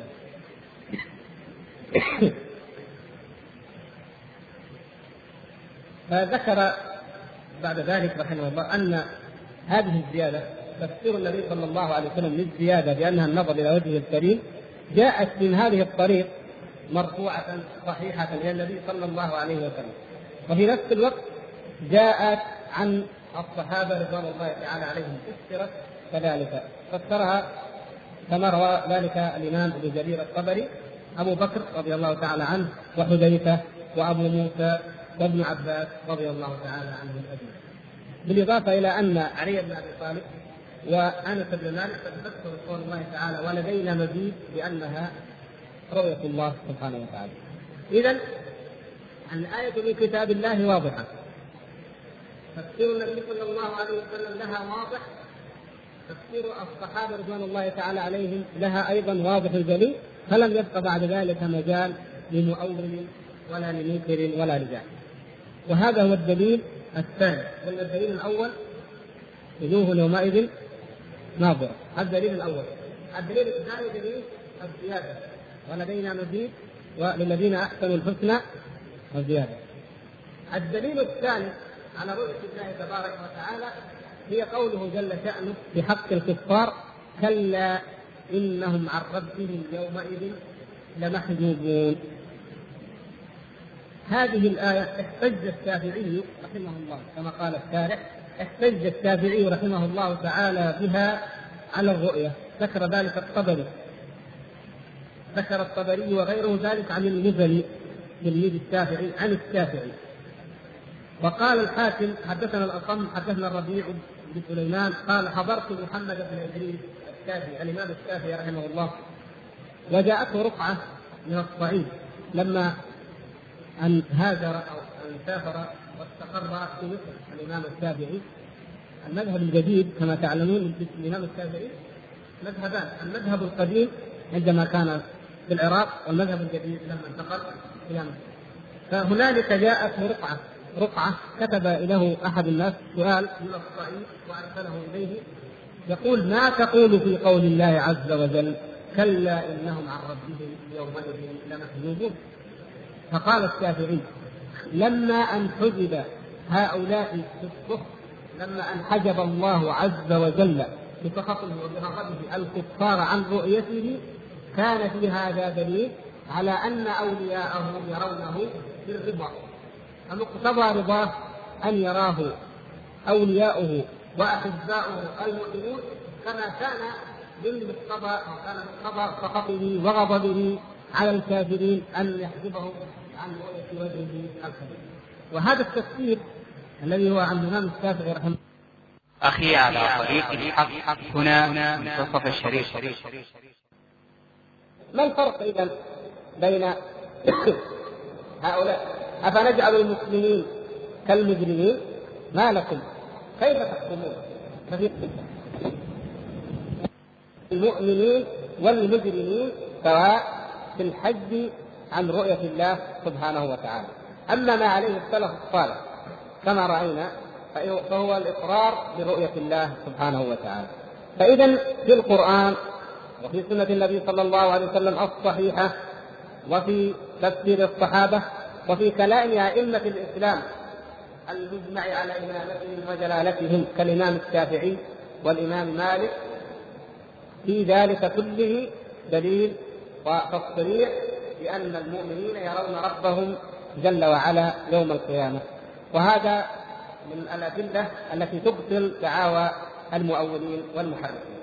فذكر بعد ذلك رحمه الله أن هذه الزيادة تفسير النبي صلى الله عليه وسلم للزيادة بأنها النظر إلى وجهه الكريم جاءت من هذه الطريق مرفوعة صحيحة إلى النبي صلى الله عليه وسلم، وفي نفس الوقت جاءت عن الصحابة رضوان الله تعالى عليهم فسرت كذلك، فسرها كما روى ذلك الإمام ابن جرير الطبري أبو بكر رضي الله تعالى عنه وحذيفة وأبو موسى وابن عباس رضي الله تعالى عنهم أجمعين، بالإضافة إلى أن علي بن أبي طالب وأنس بن مالك فسروا قول الله تعالى ولدينا مزيد بأنها رؤية الله سبحانه وتعالى. إذن الآية من كتاب الله واضحة، تفسير النبي صلى الله عليه وسلم لها واضح، تفسير الصحابة رضوان الله تعالى عليهم لها أيضا واضح الجلي، فلم يبقى بعد ذلك مجال لمؤول ولا لمنكر ولا لجاهل. وهذا هو الدليل الثاني. قلنا الدليل الأول وجوه يومئذ ناظرة، هذا الدليل الأول. الدليل الثاني دليل الزيادة ولدينا مزيد وللذين أحسنوا الحسنى والزيادة. الدليل الثالث على رؤية الله تبارك وتعالى هي قوله جل شأنه في حق الكفار كلا إنهم عن ربهم يومئذ لمحجوبون. هذه الآية احتج الشافعي رحمه الله كما قال الشارح، احتج الشافعي رحمه الله تعالى بها على الرؤية، ذكر ذلك الطبري ذكر الطبري وغيره ذلك عن المزني تلميذ الشافعي عن الشافعي. وقال الحاكم حدثنا الأصم حدثنا الربيع بن سليمان قال حضرت محمد بن إدريس الشافعي الإمام الشافعي رحمه الله، وجاءته رقعة من الصعيد لما أن هاجر أو أن سافر واستقر في مصر الإمام الشافعي. المذهب الجديد كما تعلمون الإمام الشافعي مذهبان، المذهب القديم عندما كان في العراق والمذهب الجديد لما انتقل إلى مصر. فهنالك جاءته رقعة رقعة كتب له أحد الناس سؤال من الصعيد وأرسله إليه يقول ما تقول في قول الله عز وجل كلا إنهم عن ربهم يومئذ لمحجوبون. فقال الشافعي لما أن حجب هؤلاء في الصف لما أن حجب الله عز وجل بسخطه وبغضبه الكفار عن رؤيته كان في هذا دليل على أن أولياءه يرونه بالرضا، فمقتضى رضاه أن يراه أولياؤه وأحباؤه المؤمنون كما كان من مقتضى أو كان مقتضى سخطه وغضبه على الكافرين أن يحجبهم عن رؤية وجهه الكريم. وهذا التفسير الذي هو عند الإمام الشافعي رحمه الله. أخي على طريق الحق هنا منتصف الشريف. ما الفرق إذن بين هؤلاء؟ أفنجعل المسلمين كالمجرمين؟ ما لكم كيف تحكمون؟ المؤمنين والمجرمين سواء في الحج عن رؤية الله سبحانه وتعالى. أما ما عليه السلف الصالح كما رأينا فهو الإقرار برؤية الله سبحانه وتعالى. فإذا في القرآن وفي سنة النبي صلى الله عليه وسلم الصحيحة وفي تفسير الصحابة وفي كلام أئمة الإسلام المجمع على إمامتهم وجلالتهم كالإمام الشافعي والإمام مالك، في ذلك كله دليل وتصريح بأن المؤمنين يرون ربهم جل وعلا يوم القيامة. وهذا من الأدلة التي تبطل دعاوى المؤولين والمحرفين.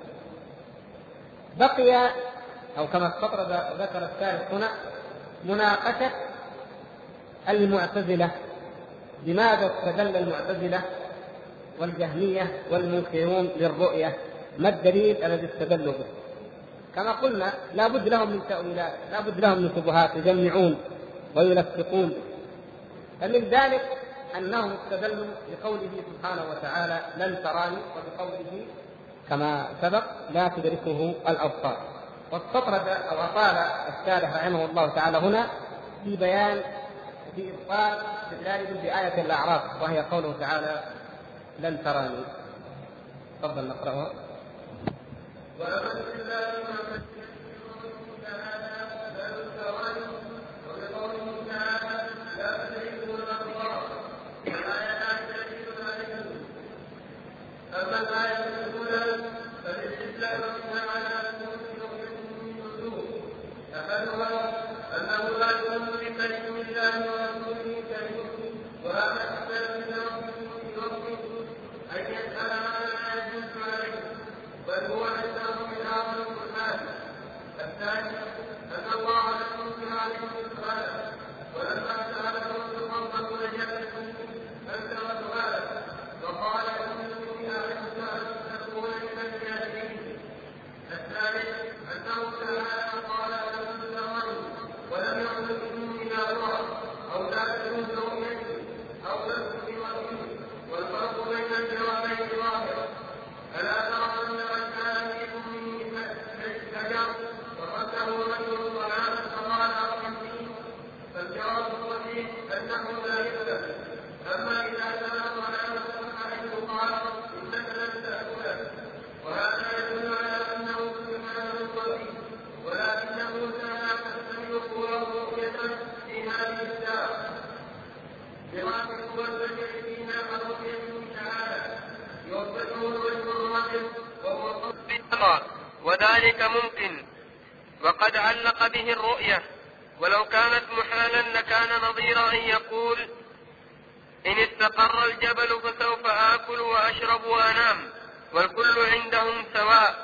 بقي أو كما استطرد ذكر الثالث هنا مناقشة المعتزلة. لماذا استدل المعتزلة والجهمية والمنكرون للرؤية؟ ما الدليل الذي استدلوا به؟ كما قلنا لا بد لهم من تأويلات، لا بد لهم من شبهات يجمعون ويلفقون. فمن ذلك أنهم استدلوا بقوله سبحانه وتعالى لن تراني، وبقوله كما سبق لا تدركه الأبصار. واستطرد أو أطال الشارح رحمه الله تعالى هنا في بيان في إبطال استدلاله بآية الأعراف، وهي قوله تعالى لن تراني. تفضل نقرأها. وذلك ممكن، وقد علق به الرؤية، ولو كانت محالا لكان نظير أن يقول إن استقر الجبل فسوف آكل وأشرب وأنام والكل عندهم سواء.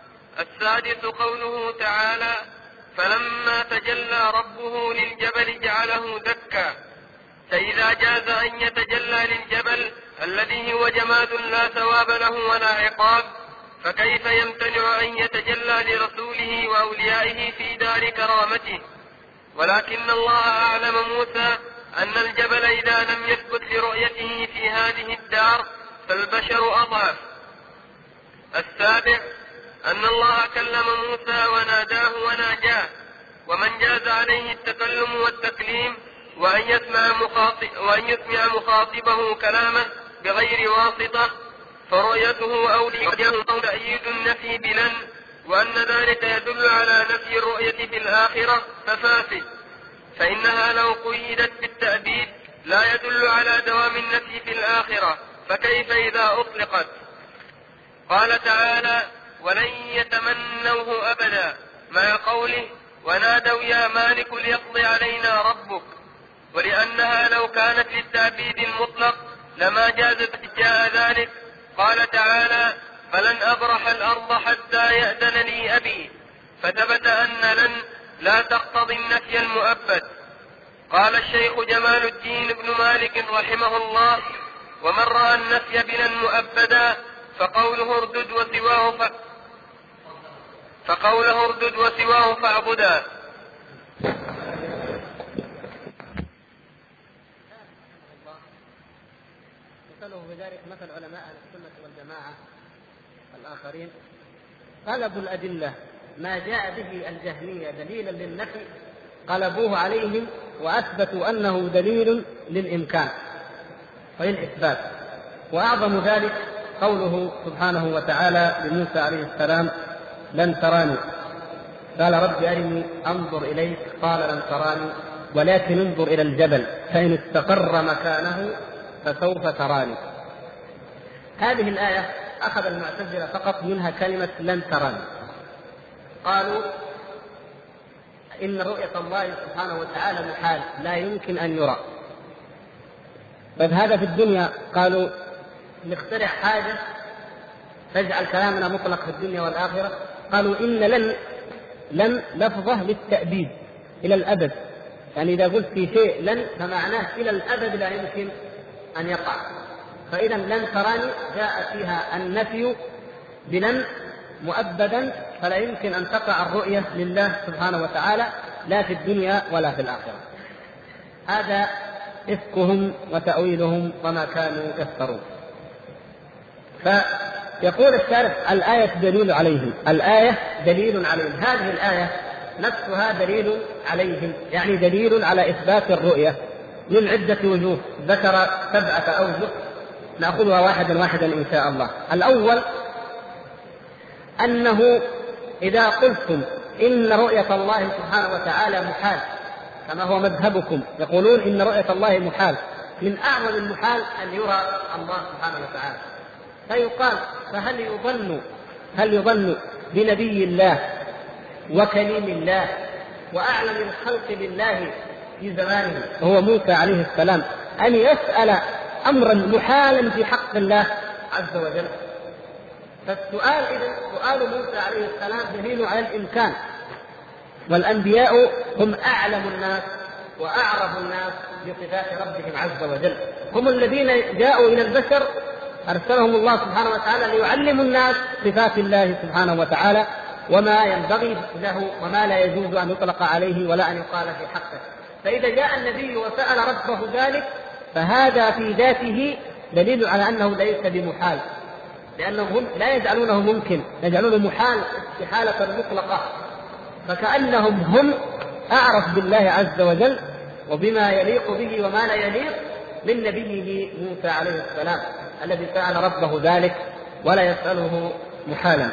السادس قوله تعالى فلما تجلى ربه للجبل جعله دكا، فإذا جاز أن يتجلى للجبل الذي هو جماد لا ثواب له ولا عقاب، فكيف يمتنع أن يتجلى لرسوله وأوليائه في دار كرامته؟ ولكن الله أعلم موسى أن الجبل إذا لم يثبت لرؤيته في هذه الدار فالبشر أضعف. السابع أن الله كلم موسى وناداه وناجاه، ومن جاز عليه التكلم والتكليم وأن يسمع مخاطب وأن يسمع مخاطبه كلامه بغير واسطة فرؤيته أولياءه تأييد النفي بلن، وأن ذلك يدل على نفي الرؤية في الآخرة ففاسد، فإنها لو قيدت بالتأبيد لا يدل على دوام النفي في الآخرة، فكيف إذا أطلقت؟ قال تعالى ولن يتمنوه أبدا مع قوله ونادوا يا مالك ليقضي علينا ربك، ولأنها لو كانت للتأبيد المطلق لما جازت جاء ذلك. قال تعالى فلن أبرح الأرض حتى يأذن لي أبي، فثبت أن لن لا تقتضي النفي المؤبد. قال الشيخ جمال الدين بن مالك رحمه الله ومن رأى النفي بلن مؤبدا فقوله اردد وسواه ف... فقوله اردد وسواه فاعبدا. مثله بذلك مثل علماء أهل السنة والجماعة الآخرين قلبوا الأدلة ما جاء به الجهمية دليلا للنفي قلبوه عليهم وأثبتوا أنه دليل للإمكان وللإثبات. وأعظم ذلك قوله سبحانه وتعالى لموسى عليه السلام لن تراني، قال رب أرني أنظر إليك قال لن تراني ولكن انظر إلى الجبل فإن استقر مكانه فسوف تراني. هذه الآية أخذ المعتزلة فقط منها كلمة لن تراني، قالوا إن رؤية الله سبحانه وتعالى محال لا يمكن أن يرى. طيب هذا في الدنيا، قالوا نخترع حاجة تجعل كلامنا مطلق في الدنيا والآخرة. قالوا إن لن لن لفظة للتأبيد إلى الأبد، يعني إذا قلت في شيء لن فمعناه إلى الأبد لا يمكن أن يقع. فإذا لن تراني جاء فيها النفي بلن مؤبدا، فلا يمكن أن تقع الرؤية لله سبحانه وتعالى لا في الدنيا ولا في الآخرة. هذا إفكهم وتأويلهم وما كانوا يفترون. فيقول الشارح الآية دليل عليهم، الآية دليل عليهم، هذه الآية نفسها دليل عليهم، يعني دليل على إثبات الرؤية من عدة وجوه، ذكر سبعة أوجه نأخذها واحدا واحدا إن شاء الله. الأول أنه إذا قلتم إن رؤية الله سبحانه وتعالى محال كما هو مذهبكم، يقولون إن رؤية الله محال، من أعظم المحال أن يرى الله سبحانه وتعالى. فيقال فهل يظن هل يظن بنبي الله وكليم الله وأعلم الخلق بالله في زمانه وهو موسى عليه السلام أن يسأل أمرا محالا في حق الله عز وجل؟ فالسؤال إذن سؤال موسى عليه السلام دليل على الإمكان، والأنبياء هم أعلم الناس وأعرف الناس بصفات ربهم عز وجل، هم الذين جاءوا إلى البشر أرسلهم الله سبحانه وتعالى ليعلموا الناس صفات الله سبحانه وتعالى وما ينبغي له وما لا يجوز أن يطلق عليه ولا أن يقال في حقه. فإذا جاء النبي وسأل ربه ذلك فهذا في ذاته دليل على أنه ليس بمحال، لأنهم لا يجعلونه ممكن، يجعلونه محال استحالة مطلقة، فكأنهم هم أعرف بالله عز وجل وبما يليق به وما لا يليق من نبيه موسى عليه السلام الذي سأل ربه ذلك ولا يسأله محالا.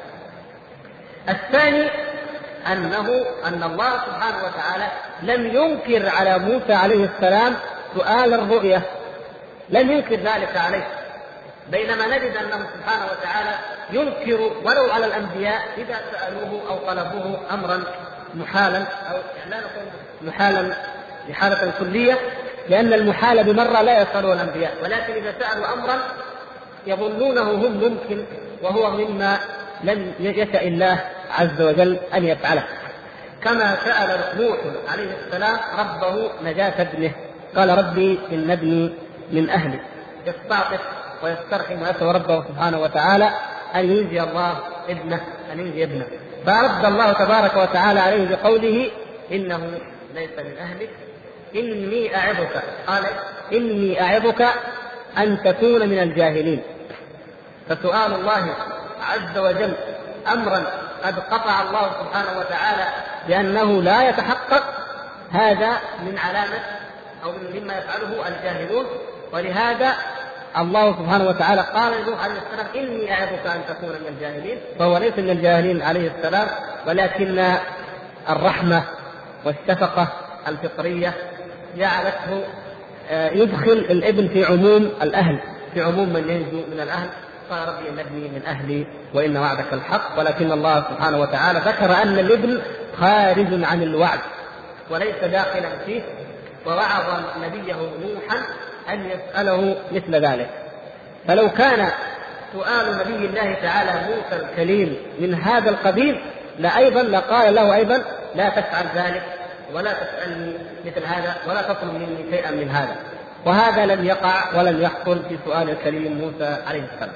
الثاني أنه أن الله سبحانه وتعالى لم ينكر على موسى عليه السلام سؤال الرؤية، لم ينكر ذلك عليه، بينما نجد أنه سبحانه وتعالى ينكر ولو على الأنبياء إذا سألوه أو طلبوه أمرا محالا، أو لا نقول محالا بحالة كلية، لأن المحال بمرة لا يسأله الأنبياء، ولكن إذا سألوا أمرا يظنونه هم ممكن وهو مما لم يشاء الله عز وجل أن يفعله، كما سأل نوح عليه السلام ربه نجاة ابنه، قال ربي إن ابني من أهلي، يستعطف ويسترحم ويسأل ربه سبحانه وتعالى أن ينجي الله ابنه، أن ينجي ابنه، فرد الله تبارك وتعالى عليه بقوله إنه ليس من أهلك إني أعظك، قال إني أعظك أن تكون من الجاهلين. فسؤال الله عز وجل أمرا قد قطع الله سبحانه وتعالى بأنه لا يتحقق، هذا من علامة أو مما يفعله الجاهلون، ولهذا الله سبحانه وتعالى قال لنوح عليه السلام إني أعظك أن تكون من الجاهلين، فهو ليس من الجاهلين عليه السلام، ولكن الرحمة والشفقة الفطرية جعلته يدخل الابن في عموم الأهل، في عموم من ينجو من الأهل، قال ربي إن ابني من أهلي وإن وعدك الحق، ولكن الله سبحانه وتعالى ذكر أن الابن خارج عن الوعد وليس داخلا فيه، ووعظ نبيه نوحا أن يسأله مثل ذلك. فلو كان سؤال نبي الله تعالى موسى الكليم من هذا القبيل لأيضا لقال له أيضا لا تفعل ذلك ولا تسألني مثل هذا ولا تطلب مني شيئا من هذا، وهذا لم يقع ولم يحصل في سؤال الكليم موسى عليه السلام.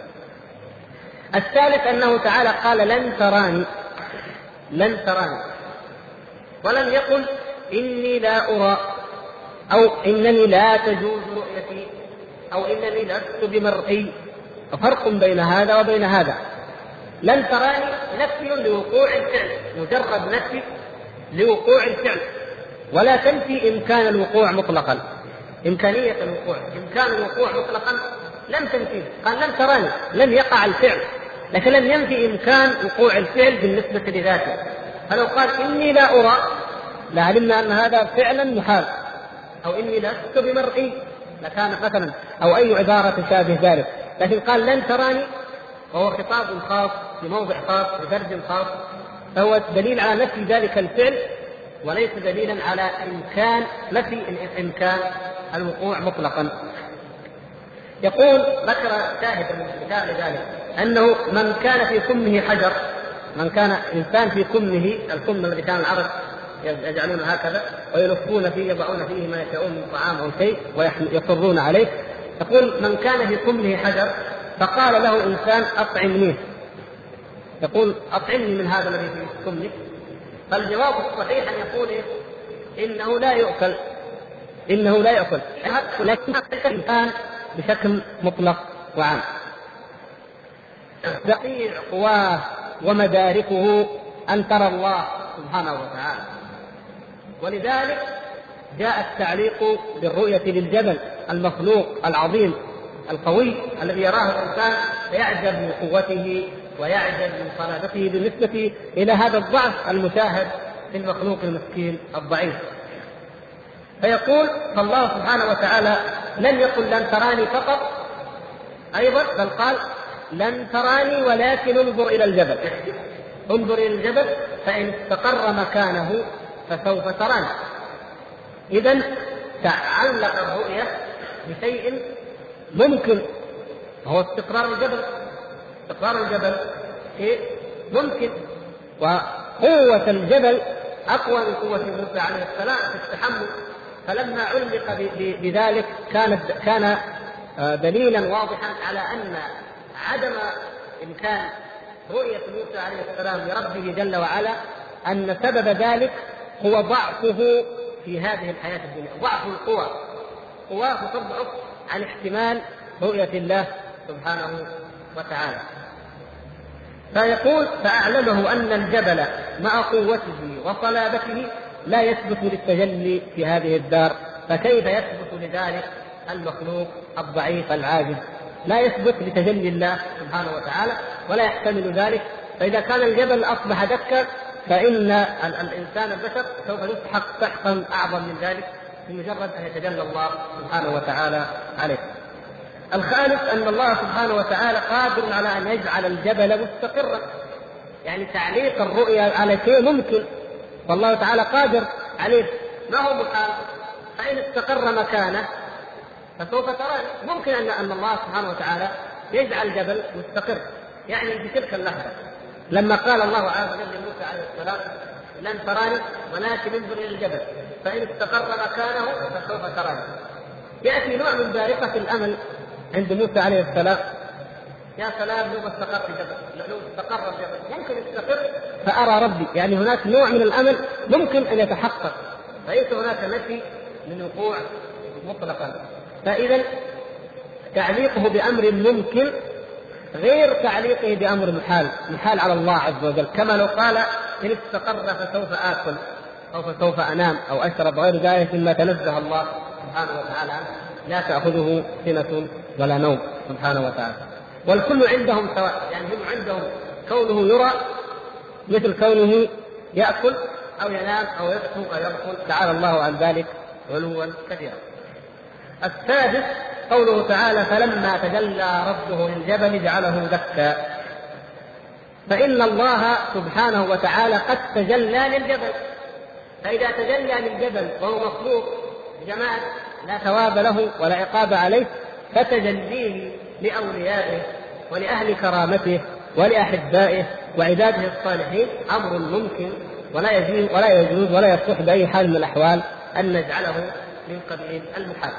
الثالث أنه تعالى قال لن تراني، لن تراني، ولم يقل إني لا أرى أو إنني لا تجوز رؤيتي أو إنني لست بمرئي، فرق بين هذا وبين هذا. لن تراني نفي لوقوع الفعل، مجرد نفي لوقوع الفعل، ولا تنفي إمكان الوقوع مطلقا، إمكانية الوقوع، إمكان الوقوع مطلقا لم تنفيه، قال لن تراني، لن يقع الفعل، لكن لم ينفي إمكان وقوع الفعل بالنسبة لذاته، فلو قال إني لا أرى لعلمنا أن هذا فعلا محال، أو إني لست بمرئي لكان مثلا، أو أي عبارة تشابه ذلك. لكن قال لن تراني وهو خطاب خاص في موضع خاص بفرد خاص، فهو دليل على نفي ذلك الفعل وليس دليلا على إمكان نفي إمكان الوقوع مطلقا. يقول ذكر شاهد مثال لذلك أنه من كان في كمه حجر، من كان إنسان في كمه، الكم الذي كان العرب يجعلون هكذا ويلفون فيه يضعون فيه ما يشاءون من طعام أو شيء ويصرون عليه. يقول من كان في كمه حجر فقال له إنسان أطعمنيه، يقول أطعمني من هذا الذي في كمك، فالجواب الصحيح أن يقول إنه لا يؤكل، إنه لا يأكل، لكن الإنسان بشكل مطلق وعام. تقيع قواه ومداركه أن ترى الله سبحانه وتعالى، ولذلك جاء التعليق بالرؤية للجبل المخلوق العظيم القوي الذي يراه الإنسان فيعجب من قوته ويعجب من صلابته بالنسبة إلى هذا الضعف المشاهد في المخلوق المسكين الضعيف. فيقول فالله سبحانه وتعالى لم يقل لن تراني فقط أيضا، بل قال لن تراني ولكن انظر إلى الجبل، انظر إلى الجبل فإن استقر مكانه فسوف تراني. إذن تعلق الرؤية بشيء ممكن هو استقرار الجبل، استقرار الجبل شيء ممكن، وقوة الجبل أقوى من قوة موسى عليه السلام في التحمل، فلما علق بذلك كان كان دليلا واضحا على أن عدم إمكان رؤية موسى عليه السلام لربه جل وعلا أن سبب ذلك هو ضعفه في هذه الحياة الدنيا، ضعف القوى، قواه تضعف عن احتمال رؤية الله سبحانه وتعالى. فيقول فأعلمه أن الجبل مع قوته وصلابته لا يثبت للتجلي في هذه الدار، فكيف يثبت لذلك المخلوق الضعيف العاجز؟ لا يثبت لتجلي الله سبحانه وتعالى ولا يحتمل ذلك. فإذا كان الجبل أصبح دكا فإن الإنسان البشر سوف يسحق سحقا أعظم من ذلك بمجرد أن يتجلى الله سبحانه وتعالى عليه. الخامس أن الله سبحانه وتعالى قادر على أن يجعل الجبل مستقرا، يعني تعليق الرؤيا على شيء ممكن والله تعالى قادر عليه، ما هو محال. فإن استقر مكانه فسوف ترى ممكن أن الله سبحانه وتعالى يجعل الجبل مستقر، يعني في تلك اللحظة لما قال الله عز وجل لموسى عليه السلام لن تراني ولكن انظر إلى الجبل فإن استقر مكانه فسوف تراني. يأتي نوع من بارقة الأمل عند موسى عليه السلام، يا سلام لو استقر الجبل، لو استقر الجبل ممكن يستقر فأرى ربي، يعني هناك نوع من الأمل ممكن أن يتحقق، فليس هناك نفي للوقوع مطلقا. فإذا تعليقه بأمر ممكن غير تعليقه بأمر محال، محال على الله عز وجل، كما لو قال إن استقر فسوف آكل أو فسوف أنام أو أشرب غير ذلك مما تنزه الله سبحانه وتعالى لا تأخذه سنة ولا نوم سبحانه وتعالى. والكل عندهم سواء، يعني هم عندهم كونه يرى مثل كونه يأكل أو ينام أو يسكن أو يرقل، تعالى الله عن ذلك علوا كثيرا. السادس قوله تعالى فلما تجلى ربه للجبل جعله دكا، فإن الله سبحانه وتعالى قد تجلى للجبل، فإذا تجلى للجبل وهو مخلوق جماد لا ثواب له ولا عقاب عليه، فتجليه لأوليائه ولأهل كرامته ولأحبائه وعباده الصالحين أمر ممكن، ولا يجوز ولا يجوز ولا يصح بأي حال من الأحوال أن نجعله من قبيل المحال.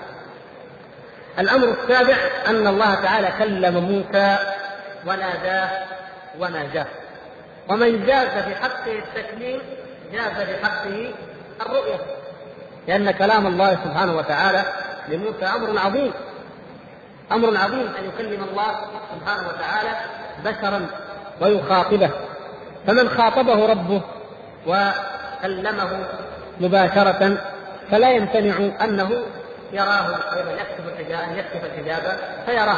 الأمر السابع أن الله تعالى كلم موسى وناداه وناجاه، ومن جاز في حقه التكليم جاز في حقه الرؤية، لأن كلام الله سبحانه وتعالى لموسى أمر عظيم، أمر عظيم أن يكلم الله سبحانه وتعالى بشرا ويخاطبه. فمن خاطبه ربه وكلمه مباشرة فلا يمتنع أنه يراه أيضا يكشف الحجاب يكشف الحجاب فيراه.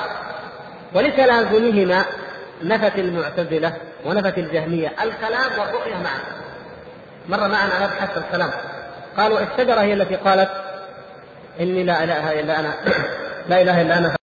ولتلازمهما نفت المعتزلة ونفت الجهمية الكلام والرؤية معا، مر معنا نبحث الكلام. قالوا الشجرة هي التي قالت إني لا إله إلا أنا لا إله إلا أنا